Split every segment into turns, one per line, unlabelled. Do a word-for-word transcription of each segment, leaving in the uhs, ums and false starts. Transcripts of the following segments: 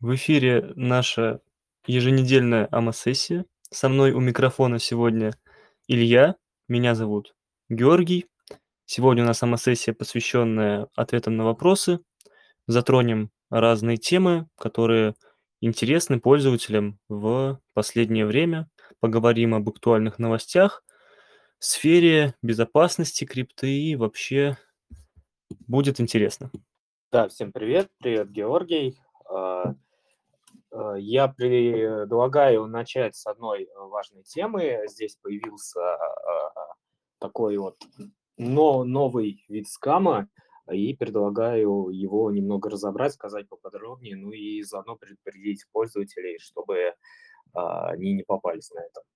В эфире наша еженедельная АМА-сессия. Со мной у микрофона сегодня Илья, меня зовут Георгий. Сегодня у нас АМА-сессия, посвященная ответам на вопросы. Затронем разные темы, которые интересны пользователям в последнее время. Поговорим об актуальных новостях в сфере безопасности, крипты и вообще будет интересно.
Да, всем привет. Привет, Георгий. А, а, Я предлагаю начать с одной э, важной темы. Здесь появился а, такой вот но, новый вид скама, и предлагаю его немного разобрать, сказать поподробнее, ну и заодно предупредить пользователей, чтобы а, они не попались на это.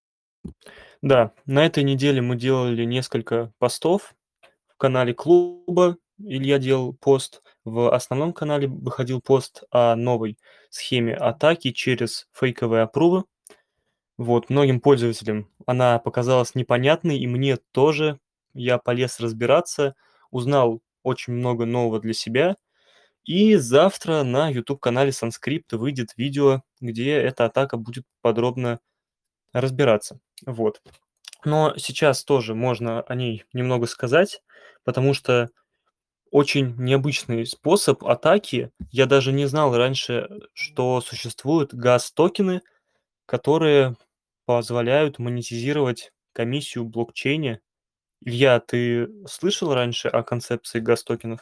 Да, на этой неделе мы делали несколько постов в канале клуба. Илья делал пост, в основном канале выходил пост о новой схеме атаки через фейковые аппрувы. Вот, многим пользователям она показалась непонятной, и мне тоже. Я полез разбираться, узнал очень много нового для себя. И завтра на YouTube-канале Sanskrit выйдет видео, где эта атака будет подробно разбираться. Вот. Но сейчас тоже можно о ней немного сказать, потому что очень необычный способ атаки. Я даже не знал раньше, что существуют газ-токены, которые позволяют монетизировать комиссию в блокчейне. Илья, ты слышал раньше о концепции газ-токенов?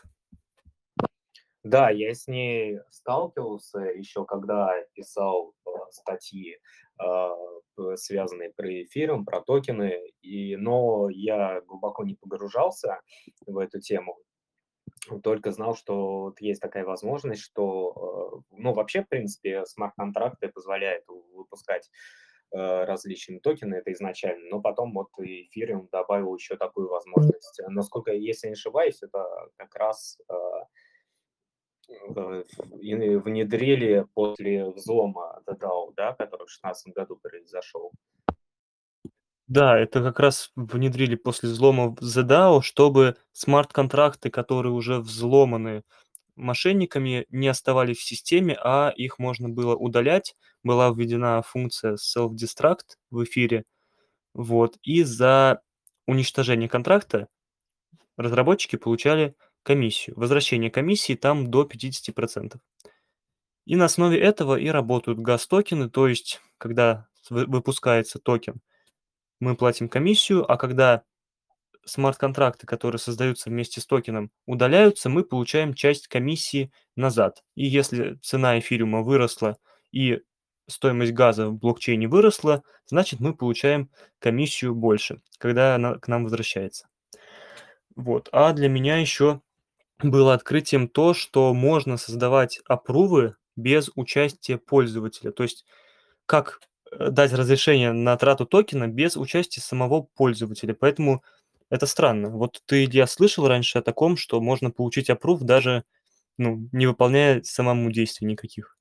Да, я с ней сталкивался еще когда писал э, статьи, а, п- связанные про эфиром, про токены, и, но я глубоко не погружался в эту тему, только знал, что вот есть такая возможность, что, э, ну, вообще, в принципе, смарт-контракты позволяют у- выпускать э, различные токены, это изначально, но потом вот и эфириум добавил еще такую возможность. Насколько, если не ошибаюсь, это как раз э, Э, и внедрили после взлома The дау, да, который в шестнадцатом году произошел.
Да, это как раз внедрили после взлома в The дао, чтобы смарт-контракты, которые уже взломаны мошенниками, не оставались в системе, а их можно было удалять. Была введена функция self-destruct в эфире. Вот. И за уничтожение контракта разработчики получали комиссию. Возвращение комиссии там до пятьдесят процентов. И на основе этого и работают газ-токены, то есть когда вы- выпускается токен, мы платим комиссию, а когда смарт-контракты, которые создаются вместе с токеном, удаляются, мы получаем часть комиссии назад. И если цена эфириума выросла и стоимость газа в блокчейне выросла, значит мы получаем комиссию больше, когда она к нам возвращается. Вот. А для меня еще было открытием то, что можно создавать аппрувы без участия пользователя. То есть как э, дать разрешение на трату токена без участия самого пользователя. Поэтому это странно. Вот ты, Илья, слышал раньше о таком, что можно получить approve даже, ну, не выполняя самому действий никаких?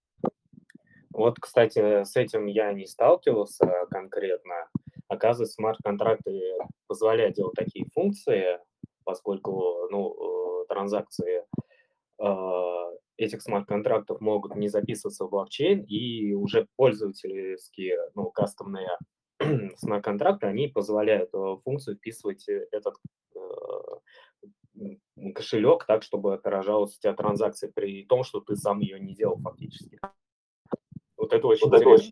Вот, кстати, с этим я не сталкивался конкретно. Оказывается, смарт-контракты позволяют делать такие функции, поскольку, ну, э, транзакции а, этих смарт-контрактов могут не записываться в блокчейн, и уже пользовательские, ну, кастомные смарт-контракты, они позволяют э, функцию вписывать э, этот э, м, кошелек так, чтобы отражалась у тебя транзакция, при том, что ты сам ее не делал фактически. Вот это очень
Вот это
интересно.
очень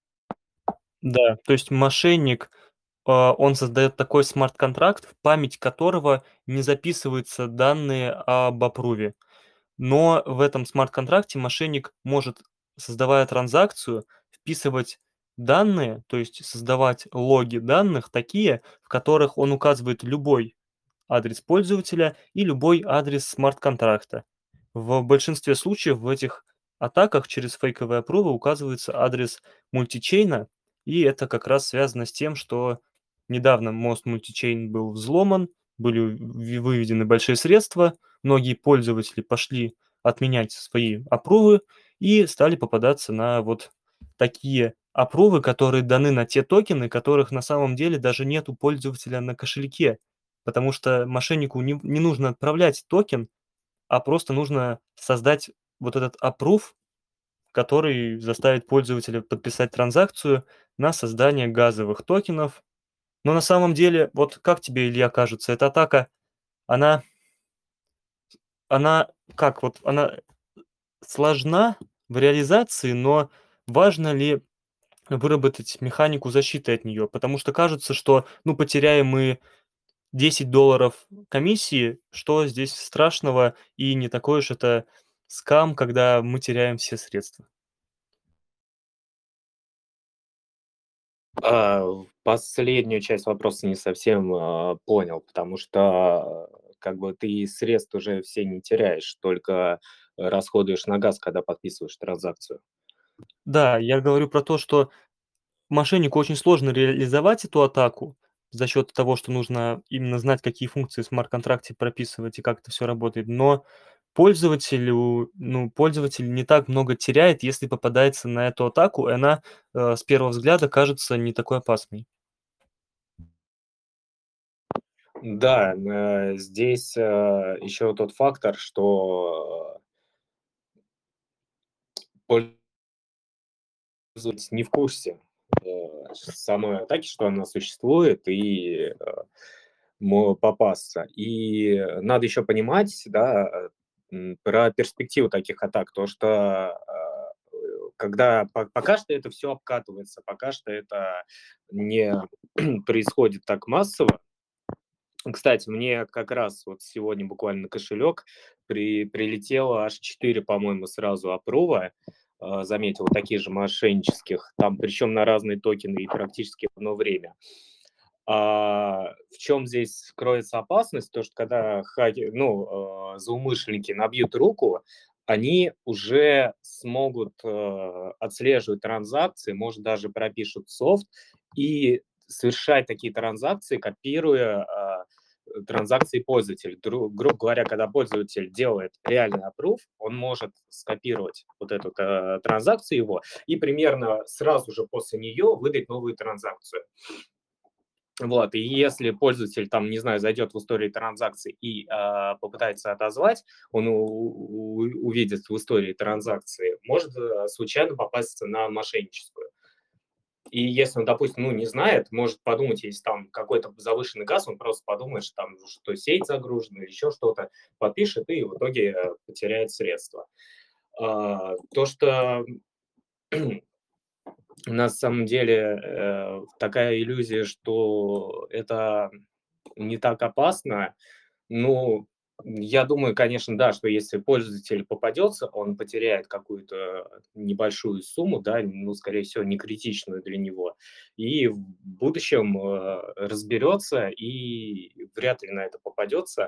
Да, то есть мошенник, а, он создает такой смарт-контракт, в память которого не записываются данные об аппруве. Но в этом смарт-контракте мошенник может, создавая транзакцию, вписывать данные, то есть создавать логи данных такие, в которых он указывает любой адрес пользователя и любой адрес смарт-контракта. В большинстве случаев в этих атаках через фейковые опрувы указывается адрес мультичейна, и это как раз связано с тем, что недавно мост мультичейн был взломан, были в- выведены большие средства, многие пользователи пошли отменять свои опрувы и стали попадаться на вот такие опрувы, которые даны на те токены, которых на самом деле даже нет у пользователя на кошельке. Потому что мошеннику не не нужно отправлять токен, а просто нужно создать вот этот approve, который заставит пользователя подписать транзакцию на создание газовых токенов. Но на самом деле, вот как тебе, Илья, кажется, эта атака, она она как вот, она сложна в реализации, но важно ли выработать механику защиты от нее? Потому что кажется, что, ну, потеряем мы десять долларов комиссии, что здесь страшного, и не такой уж это скам, когда мы теряем все средства.
А, в последнюю часть вопроса не совсем, а, понял, потому что, э, как бы ты средств уже все не теряешь, только расходуешь на газ, когда подписываешь транзакцию.
Да, я говорю про то, что мошеннику очень сложно реализовать эту атаку за счет того, что нужно именно знать, какие функции в смарт-контракте прописывать и как это все работает. Но пользователю, ну, пользователь не так много теряет, если попадается на эту атаку, и она, э, с первого взгляда кажется не такой опасной.
Да, э, здесь, э, еще тот фактор, что пользователь не в курсе, э, самой атаки, что она существует, и, э, мо попасться. И надо еще понимать, да, э, м, про перспективу таких атак. То, что, а, э, когда по пока что это все обкатывается, пока что это не происходит так массово. Кстати, мне как раз вот сегодня буквально на кошелек при прилетело аж четыре, по-моему, сразу апрува, а, заметил, таких же мошеннических, там причем на разные токены и практически в одно время. А, в чем здесь кроется опасность? То, что когда хаки ну, э, злоумышленники набьют руку, они уже смогут, э, отслеживать транзакции, может, даже пропишут софт и совершать такие транзакции, копируя, а, транзакции пользователя. Дру грубо говоря, когда пользователь делает реальный approve, он может скопировать вот эту, э, транзакцию его и примерно сразу же после нее выдать новую транзакцию. Вот, и если пользователь там, не знаю, зайдет в историю транзакций и, а, попытается отозвать, он у у увидит в истории транзакции, может, э, случайно попасться на мошенническую. И если он, допустим, ну, не знает, может подумать, если там какой-то завышенный газ, он просто подумает, что там, что сеть загружена или еще что-то, подпишет и в итоге, э, потеряет средства. А, то, что на самом деле, э, такая иллюзия, что это не так опасно. Ну, я думаю, конечно, да, что если пользователь попадется, он потеряет какую-то небольшую сумму, да, ну, скорее всего, не критичную для него, и в будущем, э, разберется и вряд ли на это попадется,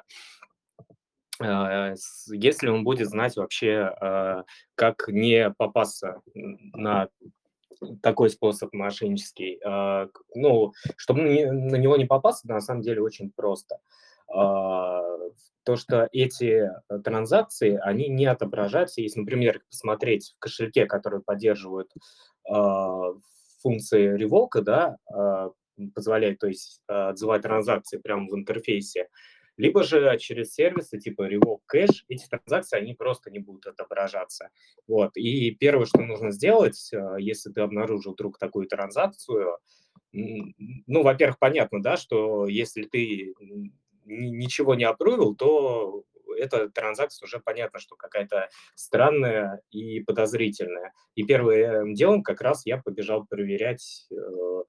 э, с если он будет знать вообще, э, как не попасться н на такой способ мошеннический. А, к ну, чтобы не на него не попасться, на самом деле очень просто. А, то, что эти, э, транзакции, они не отображаются. Если, например, посмотреть в кошельке, которые поддерживают, а, функции револка, да, а, м, позволяет, то есть, а, отзывать транзакции прямо в интерфейсе, либо же через сервисы типа Revoke Cash эти транзакции, они просто не будут отображаться. Вот. И первое, что нужно сделать, э, если ты обнаружил вдруг такую транзакцию, м, ну, во-первых, понятно, да, что если ты н- ничего не опрувил, то эта транзакция уже понятно, что какая-то странная и подозрительная. И первым делом как раз я побежал проверять, э,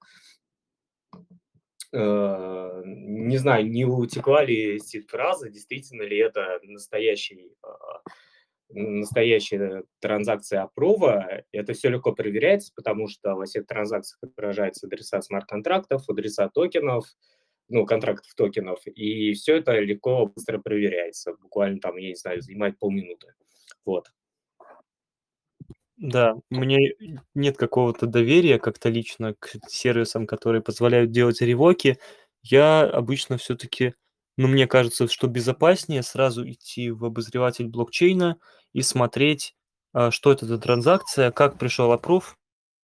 э, не знаю, не утекла ли сид-фраза, действительно ли это настоящий а, настоящая транзакция апрува. Это все легко проверяется, потому что во всех транзакциях отображаются адреса смарт-контрактов, адреса токенов, ну, контрактов токенов, и все это легко, быстро проверяется. Буквально там, я не знаю, занимает полминуты. Вот.
Да, мне нет какого-то доверия как-то лично к сервисам, которые позволяют делать ревоки. Я обычно все-таки, ну, мне кажется, что безопаснее сразу идти в обозреватель блокчейна и смотреть, а, что это за транзакция, как пришел approve.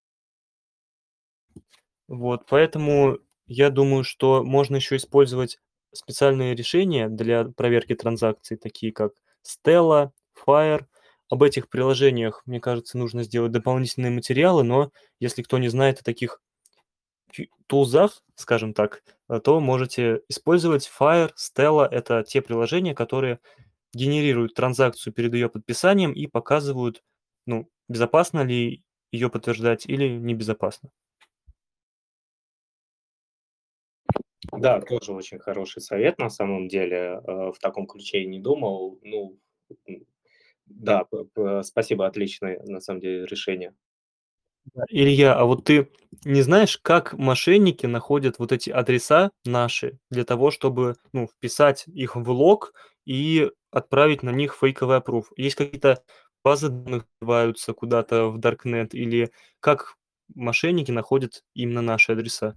Вот, поэтому я думаю, что можно еще использовать специальные решения для проверки транзакций, такие как Stella, Fire. об этих приложениях, мне кажется, нужно сделать дополнительные материалы, но если кто не знает о таких фи тулзах, скажем так, э, то можете использовать Fire, Stella. Это те приложения, которые генерируют транзакцию перед ее подписанием и показывают, ну, безопасно ли ее подтверждать или небезопасно.
Да, тоже очень хороший совет на самом деле. Э, в таком ключе и не думал. Ну, м, да, п п спасибо, отличное на самом деле решение.
Да. Илья, а вот ты не знаешь, как мошенники находят вот эти адреса наши для того, чтобы, ну, вписать их в лог и отправить на них фейковый approve? Есть какие-то базы данных вливаются куда-то в даркнет или как мошенники находят именно наши адреса?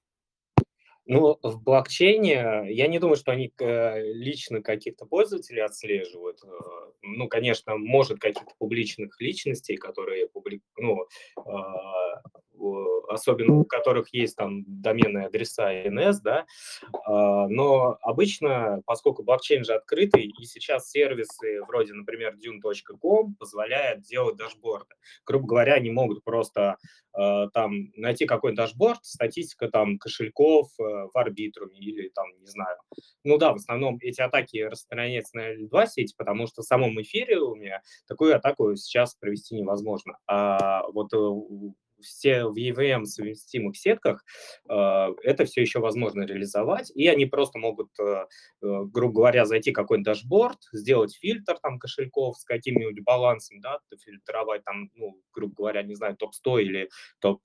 Ну, в блокчейне я не думаю, что они к э, лично каких-то пользователей отслеживают. Э, ну, конечно, может, каких-то публичных личностей, которые публи ну, а, о особенно у которых есть там доменные адреса и эн эс, да. А, но обычно, поскольку блокчейн же открытый, и сейчас сервисы вроде, например, дюн точка ком позволяют делать дашборды. Грубо говоря, они могут просто э, там найти какой-то дашборд, статистика там кошельков э, в арбитруме или там, не знаю. Ну да, в основном эти атаки распространяются на эль два сети, потому что в самом эфириуме такую атаку сейчас провести невозможно. А вот э, у- все в и ви эм совместимых сетках э, это все еще возможно реализовать, и они просто могут, э, э, грубо говоря, зайти в какой-нибудь дашборд, сделать фильтр там кошельков с каким-нибудь балансом, да, фильтровать там, ну, грубо говоря, не знаю, топ сто или топ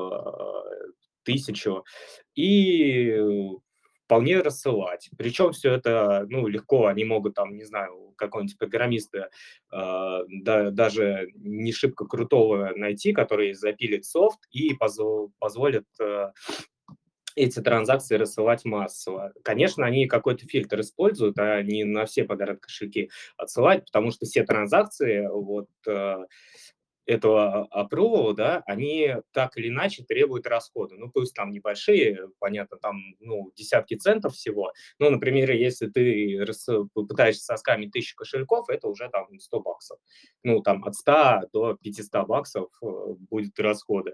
тысячу, и вполне рассылать. Причем все это, ну, легко, они могут там, не знаю, какого-нибудь программиста, а, да, даже не шибко крутого найти, который запилит софт и позо позволит, э, эти транзакции рассылать массово. Конечно, они какой-то фильтр используют, а не на все подряд кошельки отсылать, потому что все транзакции вот, э, этого approval, да, они так или иначе требуют расхода. Ну, пусть там небольшие, понятно, там, ну, десятки центов всего. Но, например, если ты рас попытаешься соскамить тысячу кошельков, это уже там сто баксов. Ну, там от ста до пятисот баксов, э, будет расходы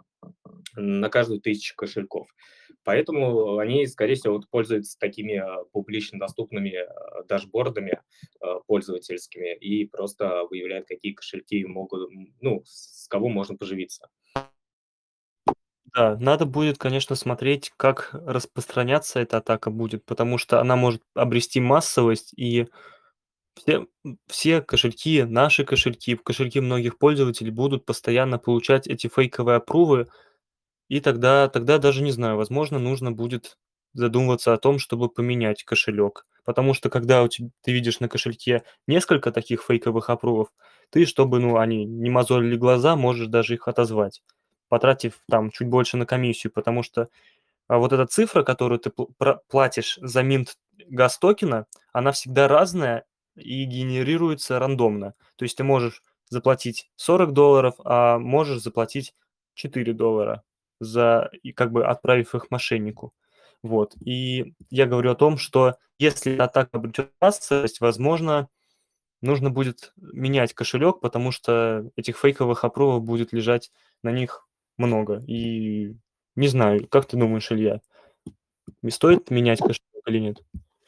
на каждую тысячу кошельков. Поэтому они, скорее всего, вот пользуются такими а, публично доступными а, дашбордами а, пользовательскими и просто выявляют, какие кошельки могут, м, ну, с кого можно поживиться.
Да, надо будет, конечно, смотреть, как распространяться эта атака будет, потому что она может обрести массовость, и все, м, все кошельки, наши кошельки, кошельки многих пользователей будут постоянно получать эти фейковые аппрувы. И тогда тогда даже не знаю, возможно, нужно будет задумываться о том, чтобы поменять кошелек. Потому что когда у теб ты видишь на кошельке несколько таких фейковых аппрувов, ты, чтобы, ну, они не мозолили глаза, можешь даже их отозвать, потратив там чуть больше на комиссию. Потому что, а, вот эта цифра, которую ты пл пра платишь за минт газ-токена, она всегда разная и генерируется рандомно. То есть ты можешь заплатить сорок долларов, а можешь заплатить четыре доллара за и как бы отправив их мошеннику. Вот. И я говорю о том, что если атака обретет массовость, возможно, нужно будет менять кошелек, потому что этих фейковых аппрувов будет лежать на них много. И не знаю, как ты думаешь, Илья, не стоит менять кошелек или нет?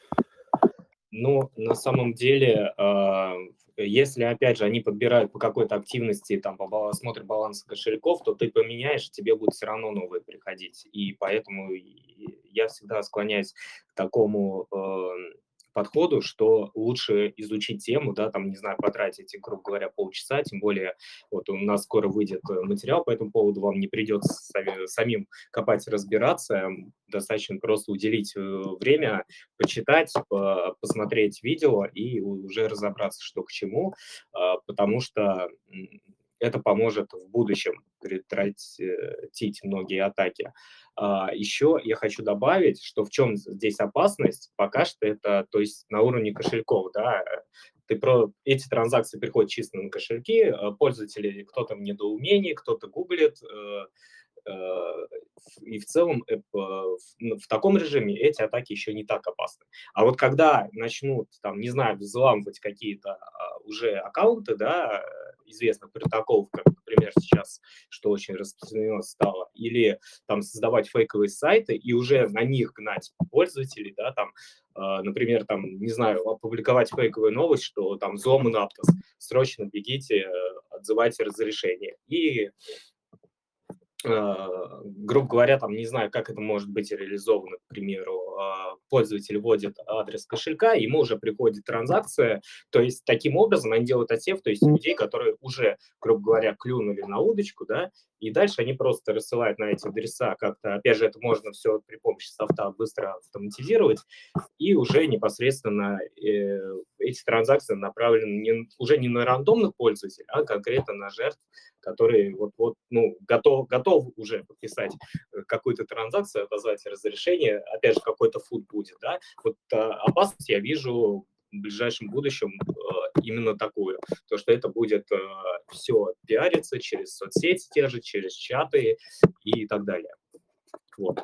Но на самом деле, а, если, опять же, они подбирают по какой-то активности, там, по бала смотрят баланс кошельков, то ты поменяешь, тебе будут все равно новые приходить. И поэтому и я всегда склоняюсь к такому, эм, подходу, что лучше изучить тему, да, там, не знаю, потратить, грубо говоря, полчаса, тем более вот у нас скоро выйдет, э, материал по этому поводу, вам не придется сами самим копать, разбираться. М, достаточно просто уделить, э, время, почитать, по посмотреть видео и уже разобраться, что к чему, а, потому что, м, это поможет в будущем предотвратить многие атаки. А, еще я хочу добавить, что в чем здесь опасность. Пока что это, то есть на уровне кошельков, да, э, ты про эти транзакции приходят чисто на кошельки, э, пользователи, кто-то в недоумении, кто-то гуглит, э э, и в целом, э, в ну, в таком режиме эти атаки еще не так опасны. А вот когда начнут, там, не знаю, взламывать какие-то, а, уже аккаунты, да, э, известных протоколов, как, например, сейчас, что очень распространено стало, или там создавать фейковые сайты и уже на них гнать пользователей, да, там, а, например, там, не знаю, опубликовать фейковую новость, что там взломан Aptos, срочно бегите, э, отзывайте разрешение. И а, грубо говоря, там, не знаю, как это может быть реализовано, к примеру, а, пользователь вводит адрес кошелька, ему уже приходит транзакция, то есть таким образом они делают отсев, то есть людей, которые уже, грубо говоря, клюнули на удочку, да, и дальше они просто рассылают на эти адреса как-то, опять же, это можно все при помощи софта быстро автоматизировать, и уже непосредственно э, эти транзакции направлены не, уже не на рандомных пользователей, а конкретно на жертв, которые вот-вот, ну, готов, готов уже подписать э, какую-то транзакцию, отозвать разрешение, опять же, какой-то фуд будет, да. Вот а, опасность я вижу в ближайшем будущем э, именно такую, то, что это будет э, все пиариться через соцсети те же, через чаты и так далее. Вот.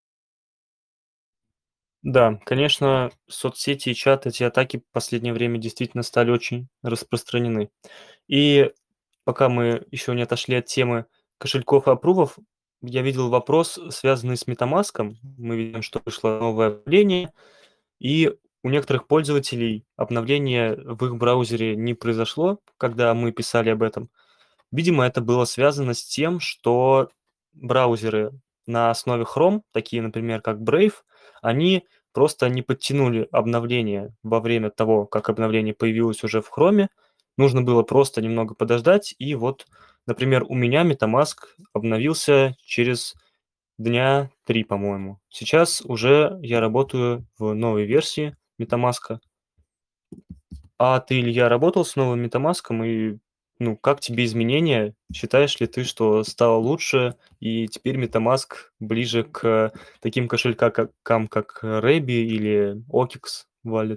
Да, конечно, соцсети и чат, эти атаки в последнее время действительно стали очень распространены. И пока мы еще не отошли от темы кошельков и аппрувов, я видел вопрос, связанный с MetaMask. Мы видим, что вышло новое обновление, и у некоторых пользователей обновление в их браузере не произошло, когда мы писали об этом. Видимо, это было связано с тем, что браузеры на основе Chrome, такие, например, как Brave, они просто не подтянули обновление во время того, как обновление появилось уже в Chrome. Нужно было просто немного подождать, и вот, например, у меня MetaMask обновился через дня три, по-моему. Сейчас уже я работаю в новой версии MetaMask. А ты, Илья, работал с новым "Метамаском" и, ну, как тебе изменения? Считаешь ли ты, что стало лучше и теперь "Метамаск" ближе к таким кошелькам, как Рэби или Окикс Wallet?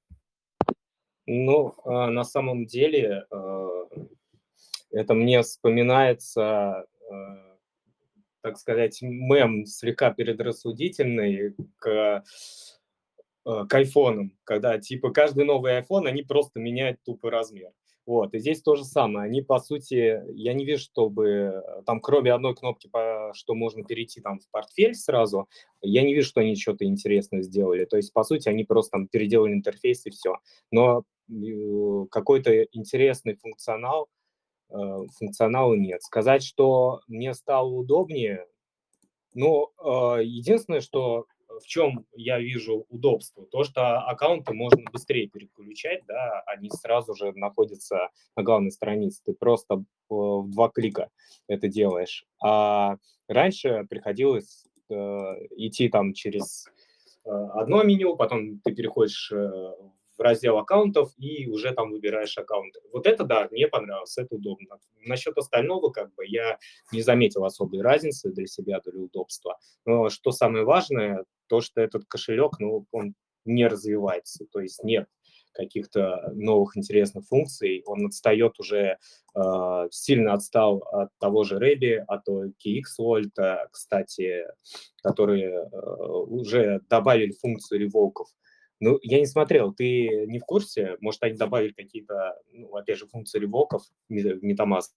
Ну, а, на самом деле, а, это мне вспоминается, а, так сказать, мем слегка предрассудительный к, э, к айфонам, когда типа каждый новый iPhone, они просто меняют тупо размер. Вот, и здесь то же самое. Они, по сути, я не вижу, чтобы э, там, кроме одной кнопки, по, что можно перейти там в портфель сразу, я не вижу, что они что-то интересное сделали. То есть, по сути, они просто там переделали интерфейс и все. Но э, какой-то интересный функционал, э, функционала нет. Сказать, что мне стало удобнее, ну, э, единственное, что в чем я вижу удобство, то, что аккаунты можно быстрее переключать, да, они сразу же находятся на главной странице. Ты просто э, в два клика это делаешь. А раньше приходилось э, идти там через э, одно меню, потом ты переходишь э, в раздел аккаунтов и уже там выбираешь аккаунты. Вот это, да, мне понравилось, это удобно. Насчет остального, как бы, я не заметил особой разницы для себя, для удобства. Но что самое важное, то, что этот кошелек, ну, он не развивается, то есть нет каких-то новых интересных функций, он отстает уже, э, сильно отстал от того же Рэби, от кей икс Wallet, э, кстати, которые э, уже добавили функцию револков. Ну, я не смотрел, ты не в курсе? Может, они добавили какие-то, ну, опять же, функции револков в MetaMask?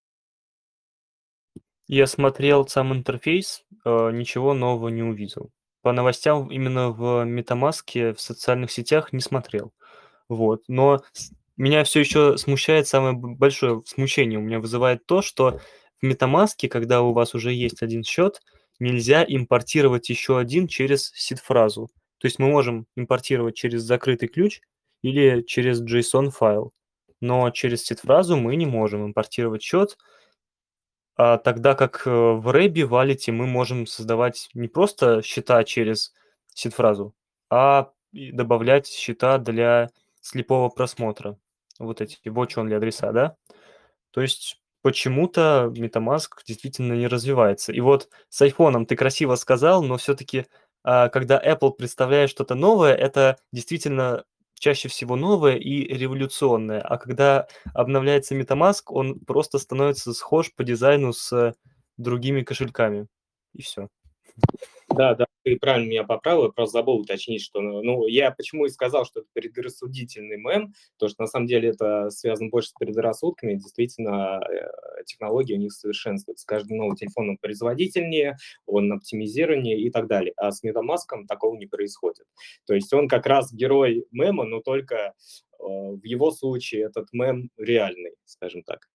Я смотрел сам интерфейс, э, ничего нового не увидел. По новостям именно в "Метамаске" в социальных сетях не смотрел. Вот, но с меня все еще смущает, самое б большое смущение у меня вызывает то, что в "Метамаске", когда у вас уже есть один счет, нельзя импортировать еще один через сид-фразу. То есть мы можем импортировать через закрытый ключ или через JSON-файл, но через сид-фразу мы не можем импортировать счет, а, тогда как, э, в Рэби Валите мы можем создавать не просто счета через сид-фразу, а и добавлять счета для слепого просмотра. Вот эти watch-only адреса, да? То есть почему-то MetaMask действительно не развивается. И вот с айфоном ты красиво сказал, но все-таки, а, когда Apple представляет что-то новое, это действительно чаще всего новое и революционное. А когда обновляется MetaMask, он просто становится схож по дизайну с другими кошельками. И всё.
Да, да, ты правильно меня поправил. Я просто забыл уточнить, что, ну ну, я почему и сказал, что это предрассудительный мем, потому что на самом деле это связано больше с предрассудками. Действительно, э, технологии у них совершенствуются. С каждым новым телефоном производительнее, он оптимизированнее и так далее. А с "Метамаском" такого не происходит. То есть он как раз герой мема, но только, э, в его случае этот мем реальный, скажем так.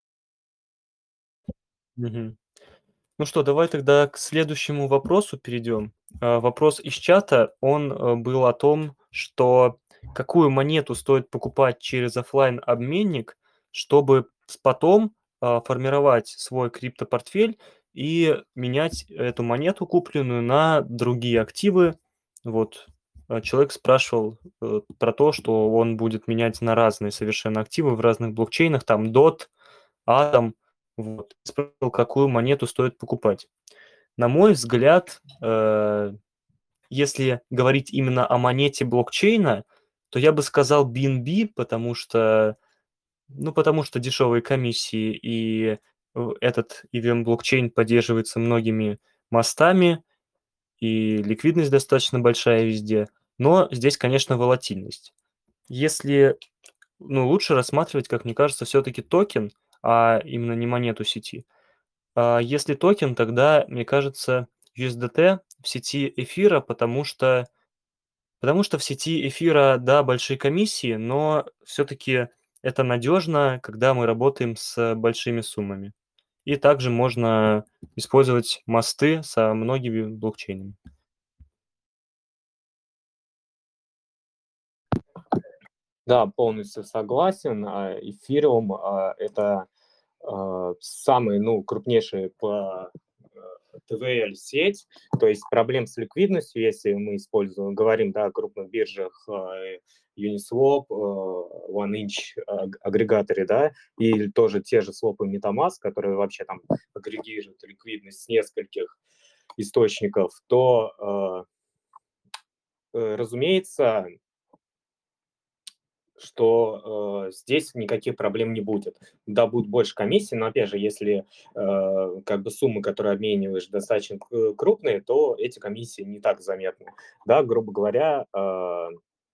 Мгм. Ну что, давай тогда к следующему вопросу перейдем. А, вопрос из чата, он, э, был о том, что какую монету стоит покупать через оффлайн-обменник, чтобы с потом, а, формировать свой криптопортфель и менять эту монету купленную на другие активы. Вот, а, человек спрашивал, э, про то, что он будет менять на разные совершенно активы в разных блокчейнах, там дот, атом. Вот. Спрашивал, какую монету стоит покупать. На мой взгляд, э, если говорить именно о монете блокчейна, то я бы сказал би эн би, потому что, ну, потому что дешевые комиссии, и в этот и ви эм-блокчейн поддерживается многими мостами, и ликвидность достаточно большая везде. Но здесь, конечно, волатильность. Если, ну, лучше рассматривать, как мне кажется, все-таки токен, а именно не монету сети. А если токен, тогда, мне кажется, ю эс ди ти в сети эфира, потому что потому что в сети эфира, да, большие комиссии, но все-таки это надежно, когда мы работаем с большими суммами. И также можно использовать мосты со многими блокчейнами.
Да, полностью согласен. А, эфириум, а, это, а, самый, ну, крупнейший по, э, ти ви эл-сеть. То есть проблем с ликвидностью, если мы используем, говорим, да, о крупных биржах, а, э, Uniswap, э, OneInch аг агрегаторе, да, или тоже те же свопы MetaMask, которые вообще там агрегируют ликвидность с нескольких источников, то, э, э, разумеется, что, э, здесь никаких проблем не будет. Да, будет больше комиссий, но опять же, если, э, как бы суммы, которые обмениваешь, достаточно к крупные, то эти комиссии не так заметны. Да, грубо говоря, э,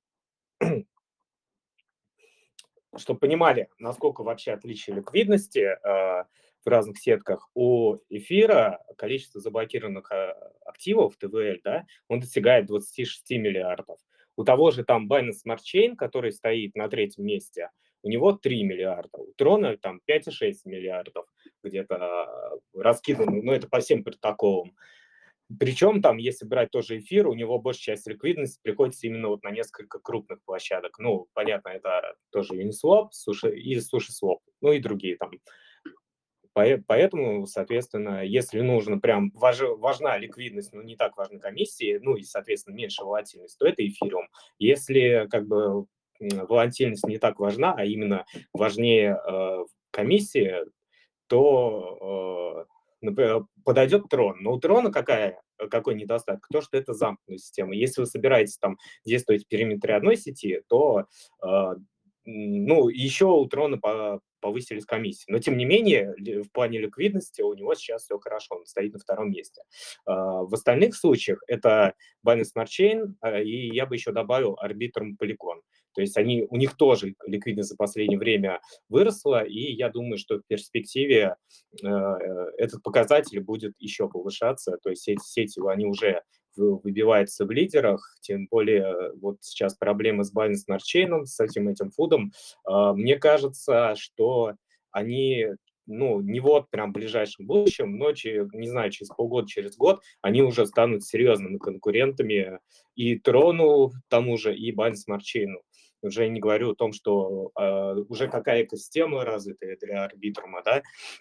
чтобы понимали, насколько вообще отличие ликвидности, э, в разных сетках, у эфира количество заблокированных, э, активов ти ви эл, да, он достигает двадцати шести миллиардов. У того же там Binance Smart Chain, который стоит на третьем месте, у него три миллиарда, у Трона там пять и шесть миллиардов где-то, э, раскиданы, ну, это по всем протоколам. Причем там, если брать тоже эфир, у него большая часть ликвидности приходится именно вот на несколько крупных площадок. Ну, понятно, это тоже Uniswap, Sushi и SushiSwap, ну и другие там. Пое- Поэтому, соответственно, если нужно прям важ- важна ликвидность, но не так важны комиссии, ну и, соответственно, меньше волатильность, то это эфириум. Если как бы м, волатильность не так важна, а именно важнее э, комиссия, то, э, например, подойдет трон. Но у трона какая, какой недостаток? То, что это замкнутая система. Если вы собираетесь там действовать в периметре одной сети, то, э, ну, еще у трона по- повысились комиссии. Но, тем не менее, ли- в плане ликвидности у него сейчас все хорошо, он стоит на втором месте. А, В остальных случаях это Binance Smart Chain, а, и я бы еще добавил Arbitrum Polygon. То есть они, у них тоже ликвидность за последнее время выросла, и я думаю, что в перспективе э, э, этот показатель будет еще повышаться. То есть эти сети, они уже вы- выбиваются в лидерах, тем более э, вот сейчас проблемы с Binance Smart Chain, с этим этим фудом. А, Мне кажется, что они ну, не вот прям в ближайшем будущем, но, че- не знаю, через полгода, через год они уже станут серьезными конкурентами и Трону, тому же, и Binance Smart Chain. Уже я не говорю о том, что э, уже какая экосистема развитая для арбитрума, да.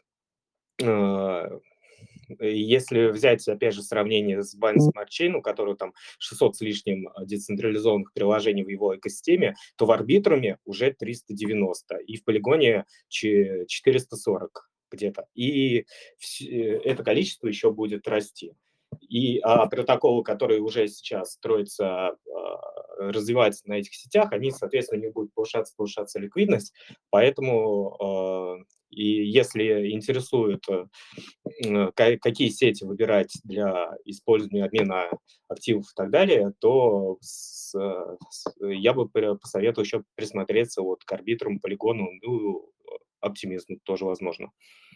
Э, Если взять, опять же, сравнение с Binance Smart Chain, у которого там шестьсот с лишним э, децентрализованных приложений в его экосистеме, то в арбитруме уже триста девяносто, и в полигоне че- четыреста сорок где-то. И вс- э, это количество еще будет расти. И а протоколы, которые уже сейчас строятся, а, развиваются на этих сетях, они, соответственно, не будет повышаться, повышаться ликвидность, поэтому И если интересует, э, м, ка какие сети выбирать для использования, обмена активов и так далее, то с э, с я бы пре посоветовал еще присмотреться вот к "Арбитруму", "Полигону", ну, "Оптимизму" тоже возможно.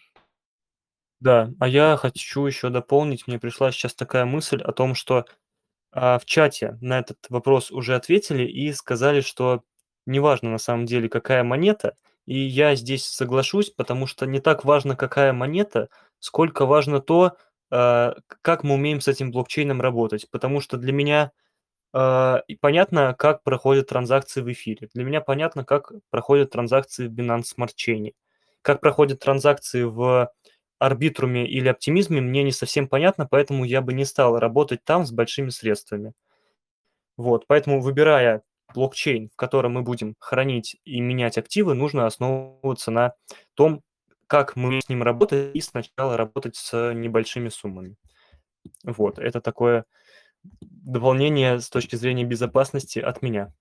Да, а я хочу еще дополнить. Мне пришла сейчас такая мысль о том, что, а, в чате на этот вопрос уже ответили и сказали, что неважно на самом деле, какая монета. И я здесь соглашусь, потому что не так важно, какая монета, сколько важно то, а, к как мы умеем с этим блокчейном работать. Потому что для меня, а, и понятно, как проходят транзакции в эфире. Для меня понятно, как проходят транзакции в Binance Smart Chain. Как проходят транзакции в "Арбитруме" или "Оптимизме", мне не совсем понятно, поэтому я бы не стал работать там с большими средствами. Вот, поэтому, выбирая блокчейн, в котором мы будем хранить и менять активы, нужно основываться на том, как мы с ним работаем, и сначала работать с небольшими суммами. Вот, это такое дополнение с точки зрения безопасности от меня.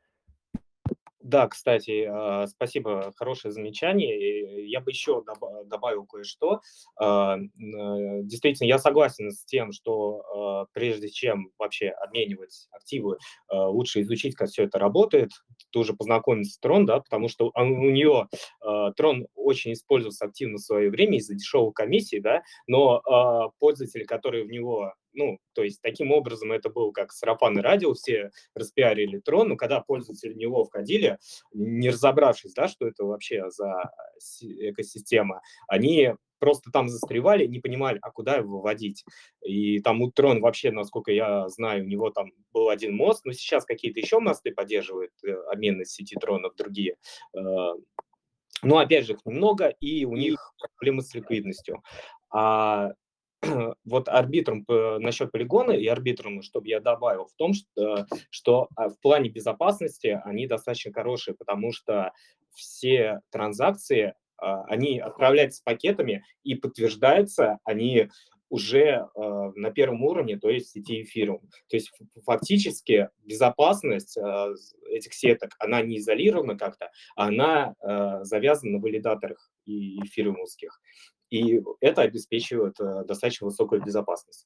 Да, кстати, а, спасибо, хорошее замечание. И я бы еще доба добавил кое-что. А, н э, действительно, я согласен с тем, что, а, прежде чем вообще обменивать активы, а, лучше изучить, как всё это работает. Тоже познакомиться с Tron, да, потому что, а, у нее, а, Tron очень использовался активно в свое время из-за дешевой комиссии, да. Но, а, пользователи, которые в него, ну, то есть таким образом это было как сарафанное радио, все распиарили Tron, но когда пользователи в него входили, не разобравшись, да, что это вообще за си экосистема, они просто там застревали, не понимали, а куда его выводить. И там у Tron вообще, насколько я знаю, у него там был один мост, но сейчас какие-то еще мосты поддерживает, э, обменной сети Тронов другие. А, но опять же их немного, и у
И
них проблемы с ликвидностью. А вот Арбитрум, п насчет Полигона и Арбитрума, чтоб я добавил в том, что что, а, в плане безопасности они достаточно хорошие, потому что все транзакции, а, они отправляются пакетами и подтверждаются они уже, а, на первом уровне, то есть в сети эфириум. То есть ф фактически безопасность, а, з этих сеток, она не изолирована как-то, а она, а, завязана на валидаторах и эфириумовских. И это обеспечивает, а, достаточно высокую безопасность.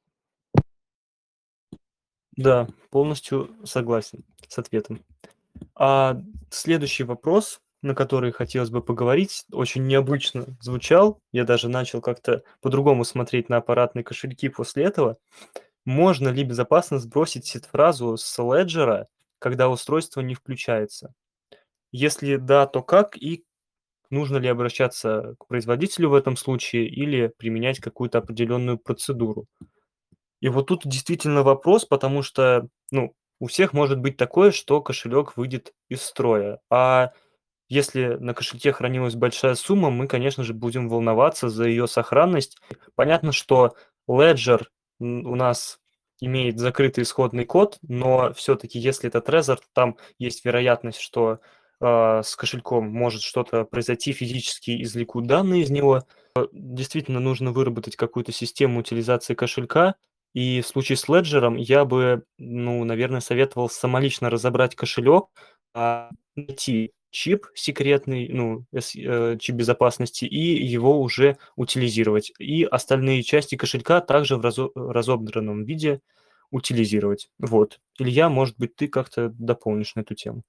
Да, полностью согласен с ответом. А следующий вопрос, на который хотелось бы поговорить, очень необычно звучал. Я даже начал как-то по-другому смотреть на аппаратные кошельки после этого. Можно ли безопасно сбросить сид-фразу с леджера, когда устройство не включается? Если да, то как и нужно ли обращаться к производителю в этом случае или применять какую-то определенную процедуру? И вот тут действительно вопрос, потому что, ну, у всех может быть такое, что кошелек выйдет из строя. А если на кошельке хранилась большая сумма, мы, конечно же, будем волноваться за ее сохранность. Понятно, что Ledger, м, у нас имеет закрытый исходный код, но всё-таки, если это Trezor, там есть вероятность, что, а, с кошельком может что-то произойти, физически извлекут данные из него. Э, действительно нужно выработать какую-то систему утилизации кошелька. И в случае с "Леджером" я бы, ну, наверное, советовал самолично разобрать кошелек, а, найти чип секретный, ну, эс э, чип безопасности и его уже утилизировать. И остальные части кошелька также в разо разобранном виде утилизировать. Вот. Илья, может быть, ты как-то дополнишь на эту тему?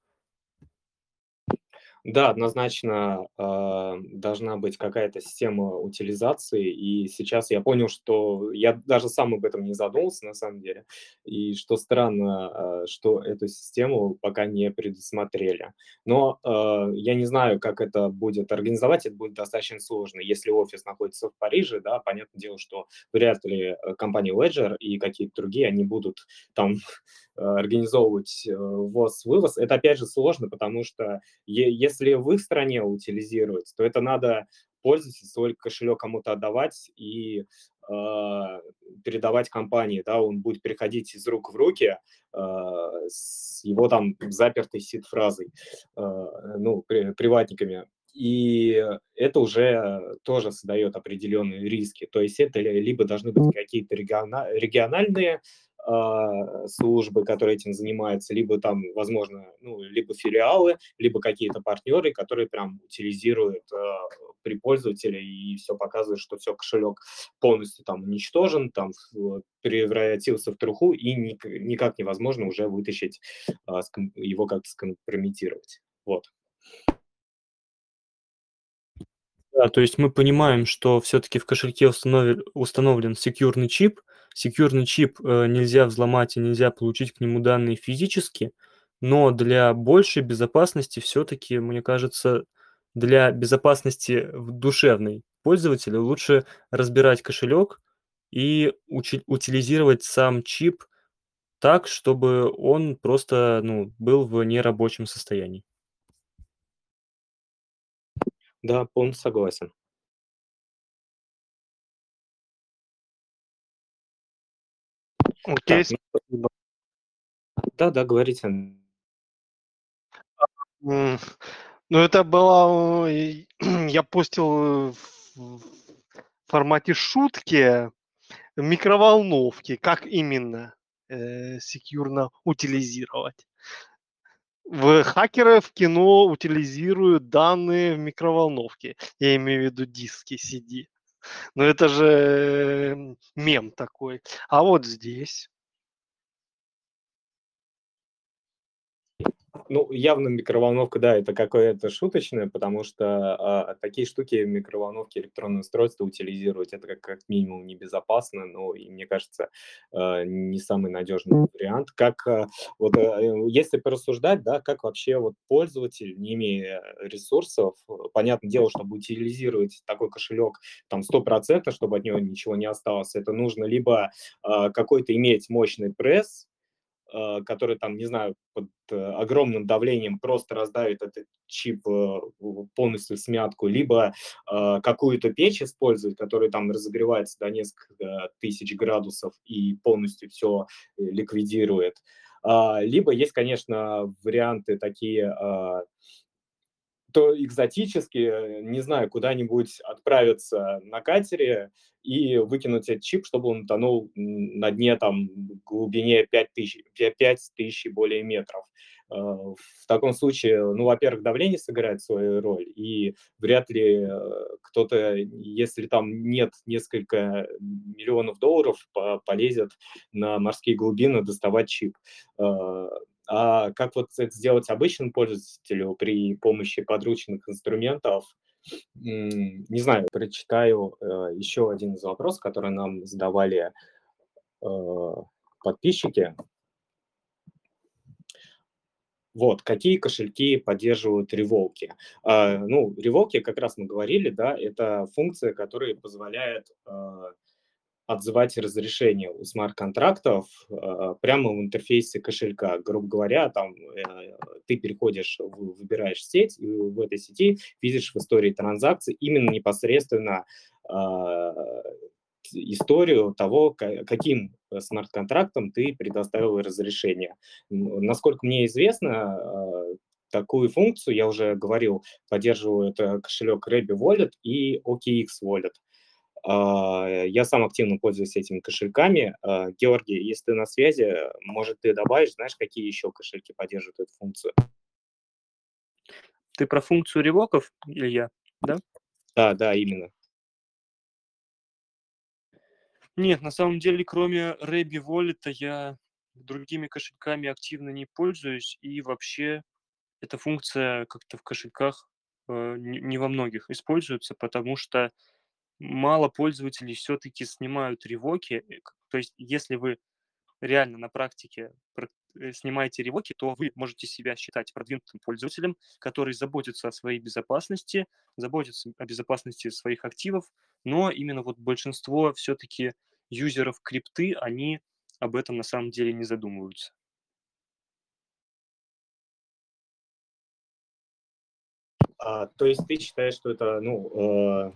Да, однозначно, а, должна быть какая-то система утилизации. И сейчас я понял, что я даже сам об этом не задумывался на самом деле. И что странно, а, что эту систему пока не предусмотрели. Но, а, я не знаю, как это будет организовать. Это будет достаточно сложно. Если офис находится в Париже, да, понятное дело, что вряд ли, э, компания Ledger и какие-то другие, они будут там организовывать, э, ввоз-вывоз. Это опять же сложно, потому что е если в их стране утилизировать, то это надо пользователю свой кошелек кому-то отдавать и, а, передавать компании, да. Он будет переходить из рук в руки, а, с его там запертой сид-фразой, а, ну, при приватниками. И это уже тоже создает определенные риски. То есть это ли либо должны быть какие-то региона региональные, а, службы, которые этим занимаются, либо там, возможно, ну, либо филиалы, либо какие-то партнеры, которые прям утилизируют, а, при пользователе и всё показывают, что всё, кошелек полностью там уничтожен, там в превратился в труху и ник никак невозможно уже вытащить, а, ском его как-то скомпрометировать. Вот.
Да, то есть мы понимаем, что всё-таки в кошельке установи установлен секьюрный чип. Секьюрный чип, э, нельзя взломать и нельзя получить к нему данные физически, но для большей безопасности всё-таки, мне кажется, для безопасности в душевной пользователя лучше разбирать кошелек и учи утилизировать сам чип так, чтобы он просто, ну, был в нерабочем состоянии.
Да, полностью согласен.
Окей,
Так, ну
спасибо.
Да-да, говорите, м.
М, ну, это было, ой, я постил в в формате шутки в микроволновке. Как именно, э, секьюрно утилизировать? В хакеры в кино утилизируют данные в микроволновке. Я имею в виду диски CD. Но это же мем такой. А вот здесь?
Ну, явно микроволновка, да, это какое-то шуточное, потому что, а, такие штуки, микроволновки, электронные устройства утилизировать- это как как минимум небезопасно, но и, мне кажется, а, не самый надежный вариант. Как, а, вот, а, если порассуждать, да, как вообще вот пользователь, не имея ресурсов, понятное дело, чтобы утилизировать такой кошелек там сто процентов, чтобы от него ничего не осталось, это нужно либо, а, какой-то иметь мощный пресс, а, который там, не знаю, под огромным давлением просто раздавит этот чип, э, в полностью всмятку, либо, а, какую-то печь использовать, которая там разогревается до нескольких тысяч градусов и полностью всё ликвидирует. А, либо есть, конечно, варианты такие, а то экзотические, не знаю, куда-нибудь отправиться на катере и выкинуть этот чип, чтобы он утонул н на дне, там, в глубине пять тыщ пя пять тыщ и более метров. А, в таком случае, ну, во-первых, давление сыграет свою роль, и вряд ли, э, кто-то, если там нет несколько миллионов долларов, по полезет на морские глубины доставать чип. А, а как вот это сделать обычному пользователю при помощи подручных инструментов, м, не знаю. Прочитаю, э, еще один из вопросов, который нам задавали, а, подписчики. Вот, какие кошельки поддерживают револки? А, ну, револки, как раз мы говорили, да, это функция, которая позволяет, а, отзывать разрешения у смарт-контрактов, а, прямо в интерфейсе кошелька. Грубо говоря, там, э, ты переходишь, в выбираешь сеть, и в этой сети видишь в истории транзакций именно непосредственно, а, историю того, ка каким смарт-контрактам ты предоставил разрешение. Н насколько мне известно, а, такую функцию, я уже говорил, поддерживает, э, кошелек Рэби Wallet и OKX Wallet. А, я сам активно пользуюсь этими кошельками. А, Георгий, если ты на связи, может, ты добавишь, знаешь, какие еще кошельки поддерживают эту функцию?
Ты про функцию ревоков или я, да?
Да, да, именно.
Нет, на самом деле, кроме Рэби Воллета, я другими кошельками активно не пользуюсь. И вообще, эта функция как-то в кошельках, э, не не во многих используется, потому что мало пользователей всё-таки снимают ревоки. Э, к то есть, если вы реально на практике пр э, снимаете ревоки, то вы можете себя считать продвинутым пользователем, который заботится о своей безопасности, заботится о безопасности своих активов. Но именно вот большинство всё-таки юзеров крипты, они об этом на самом деле не задумываются.
А, то есть ты считаешь, что это, ну, э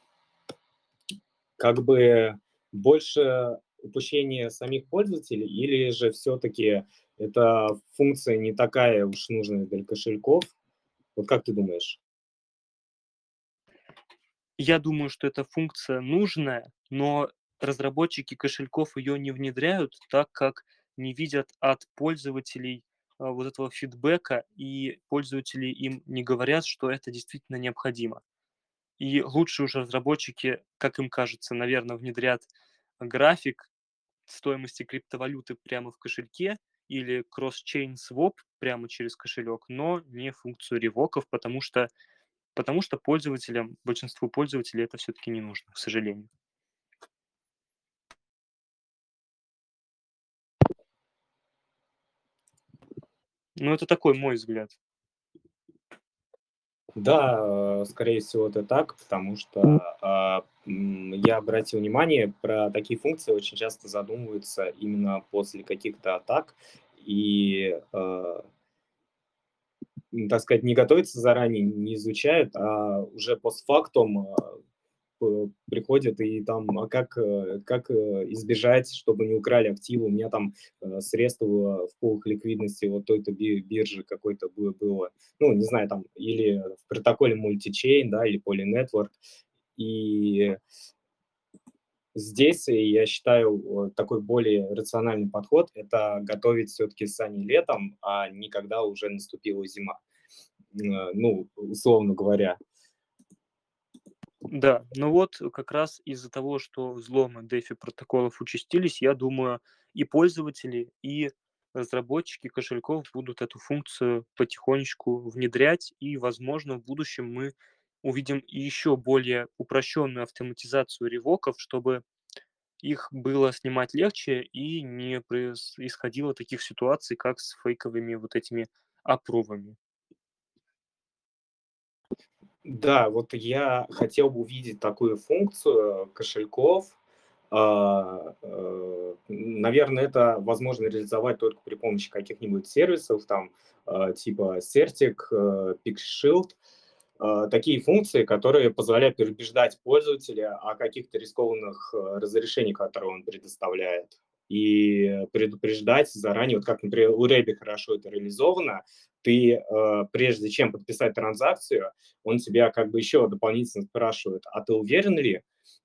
как бы больше упущение самих пользователей, или же всё-таки эта функция не такая уж нужная для кошельков? Вот как ты думаешь?
Я думаю, что эта функция нужная, но разработчики кошельков ее не внедряют, так как не видят от пользователей а, вот этого фидбэка, и пользователи им не говорят, что это действительно необходимо. И лучше уже разработчики, как им кажется, наверное, внедрят график стоимости криптовалюты прямо в кошельке или кросс-чейн своп прямо через кошелек, но не функцию ревоков, потому что, потому что пользователям, большинству пользователей это все-таки не нужно, к сожалению. Ну, это такой мой взгляд.
Да, э, скорее всего, это так, потому что а, м, я обратил внимание, про такие функции очень часто задумываются именно после каких-то атак, и, э, м, так сказать, не готовятся заранее, не изучают, а уже постфактум а, п- приходят и там, а как, э, как э, избежать, чтобы не украли активы. У меня там э, средства в пулах ликвидности вот той-то би- биржи какой-то бы- было, ну, не знаю, там, или в протоколе мультичейн, да, или полинетворк. И здесь, э, я считаю, э, такой более рациональный подход — это готовить все-таки сани летом, а не когда уже наступила зима. Э, Ну, условно говоря.
Да, ну вот как раз из-за того, что взломы DeFi протоколов участились, я думаю, и пользователи, и разработчики кошельков будут эту функцию потихонечку внедрять, и, возможно, в будущем мы увидим и еще более упрощенную автоматизацию ревоков, чтобы их было снимать легче и не происходило таких ситуаций, как с фейковыми вот этими аппрувами.
Да, вот я хотел бы увидеть такую функцию кошельков. А, э, наверное, это возможно реализовать только при помощи каких-нибудь сервисов, там, а, типа Certic, э, PixShield. А, такие функции, которые позволяют предупреждать пользователя о каких-то рискованных э, разрешениях, которые он предоставляет. И предупреждать заранее, вот как, например, у Рэби хорошо это реализовано, ты, э, прежде чем подписать транзакцию, он тебя как бы еще дополнительно спрашивает, а ты уверен ли?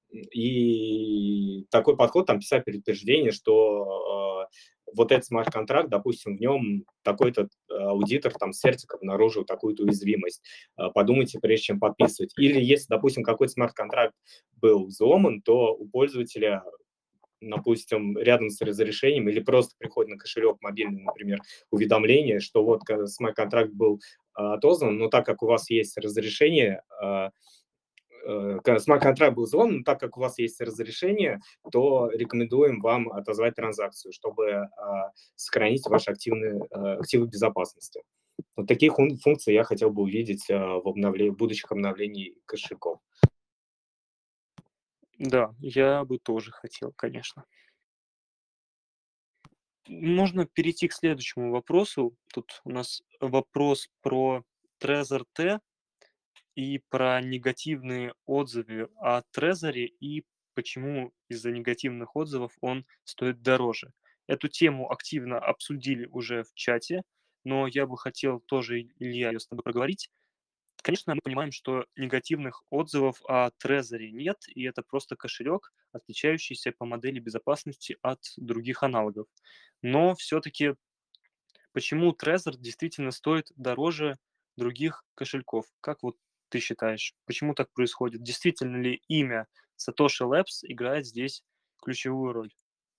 И такой подход, там, писать предупреждение, что э, вот этот смарт-контракт, допустим, в нем такой-то э, аудитор, там, Сертик обнаружил такую-то уязвимость. Э, Подумайте, прежде чем подписывать. Или если, допустим, какой-то смарт-контракт был взломан, то у пользователя, допустим, рядом с разрешением или просто приходит на кошелек мобильный, например, уведомление, что вот ка- смарт-контракт был а, отозван, но так как у вас есть разрешение, а, э, ка- смарт-контракт был взломан, но так как у вас есть разрешение, то рекомендуем вам отозвать транзакцию, чтобы а, сохранить ваши активные, а, активы безопасности. Вот такие фун- функции я хотел бы увидеть а, в обновле- будущих обновлений кошельков.
Да, я бы тоже хотел, конечно. Можно перейти к следующему вопросу. Тут у нас вопрос про Trezor T и про негативные отзывы о Трезоре и почему из-за негативных отзывов он стоит дороже. Эту тему активно обсудили уже в чате, но я бы хотел тоже, Илья, ее с тобой проговорить. Конечно, мы понимаем, что негативных отзывов о Трезоре нет, и это просто кошелек, отличающийся по модели безопасности от других аналогов. Но все-таки почему Trezor действительно стоит дороже других кошельков? Как вот ты считаешь, почему так происходит? Действительно ли имя Satoshi Labs играет здесь ключевую роль?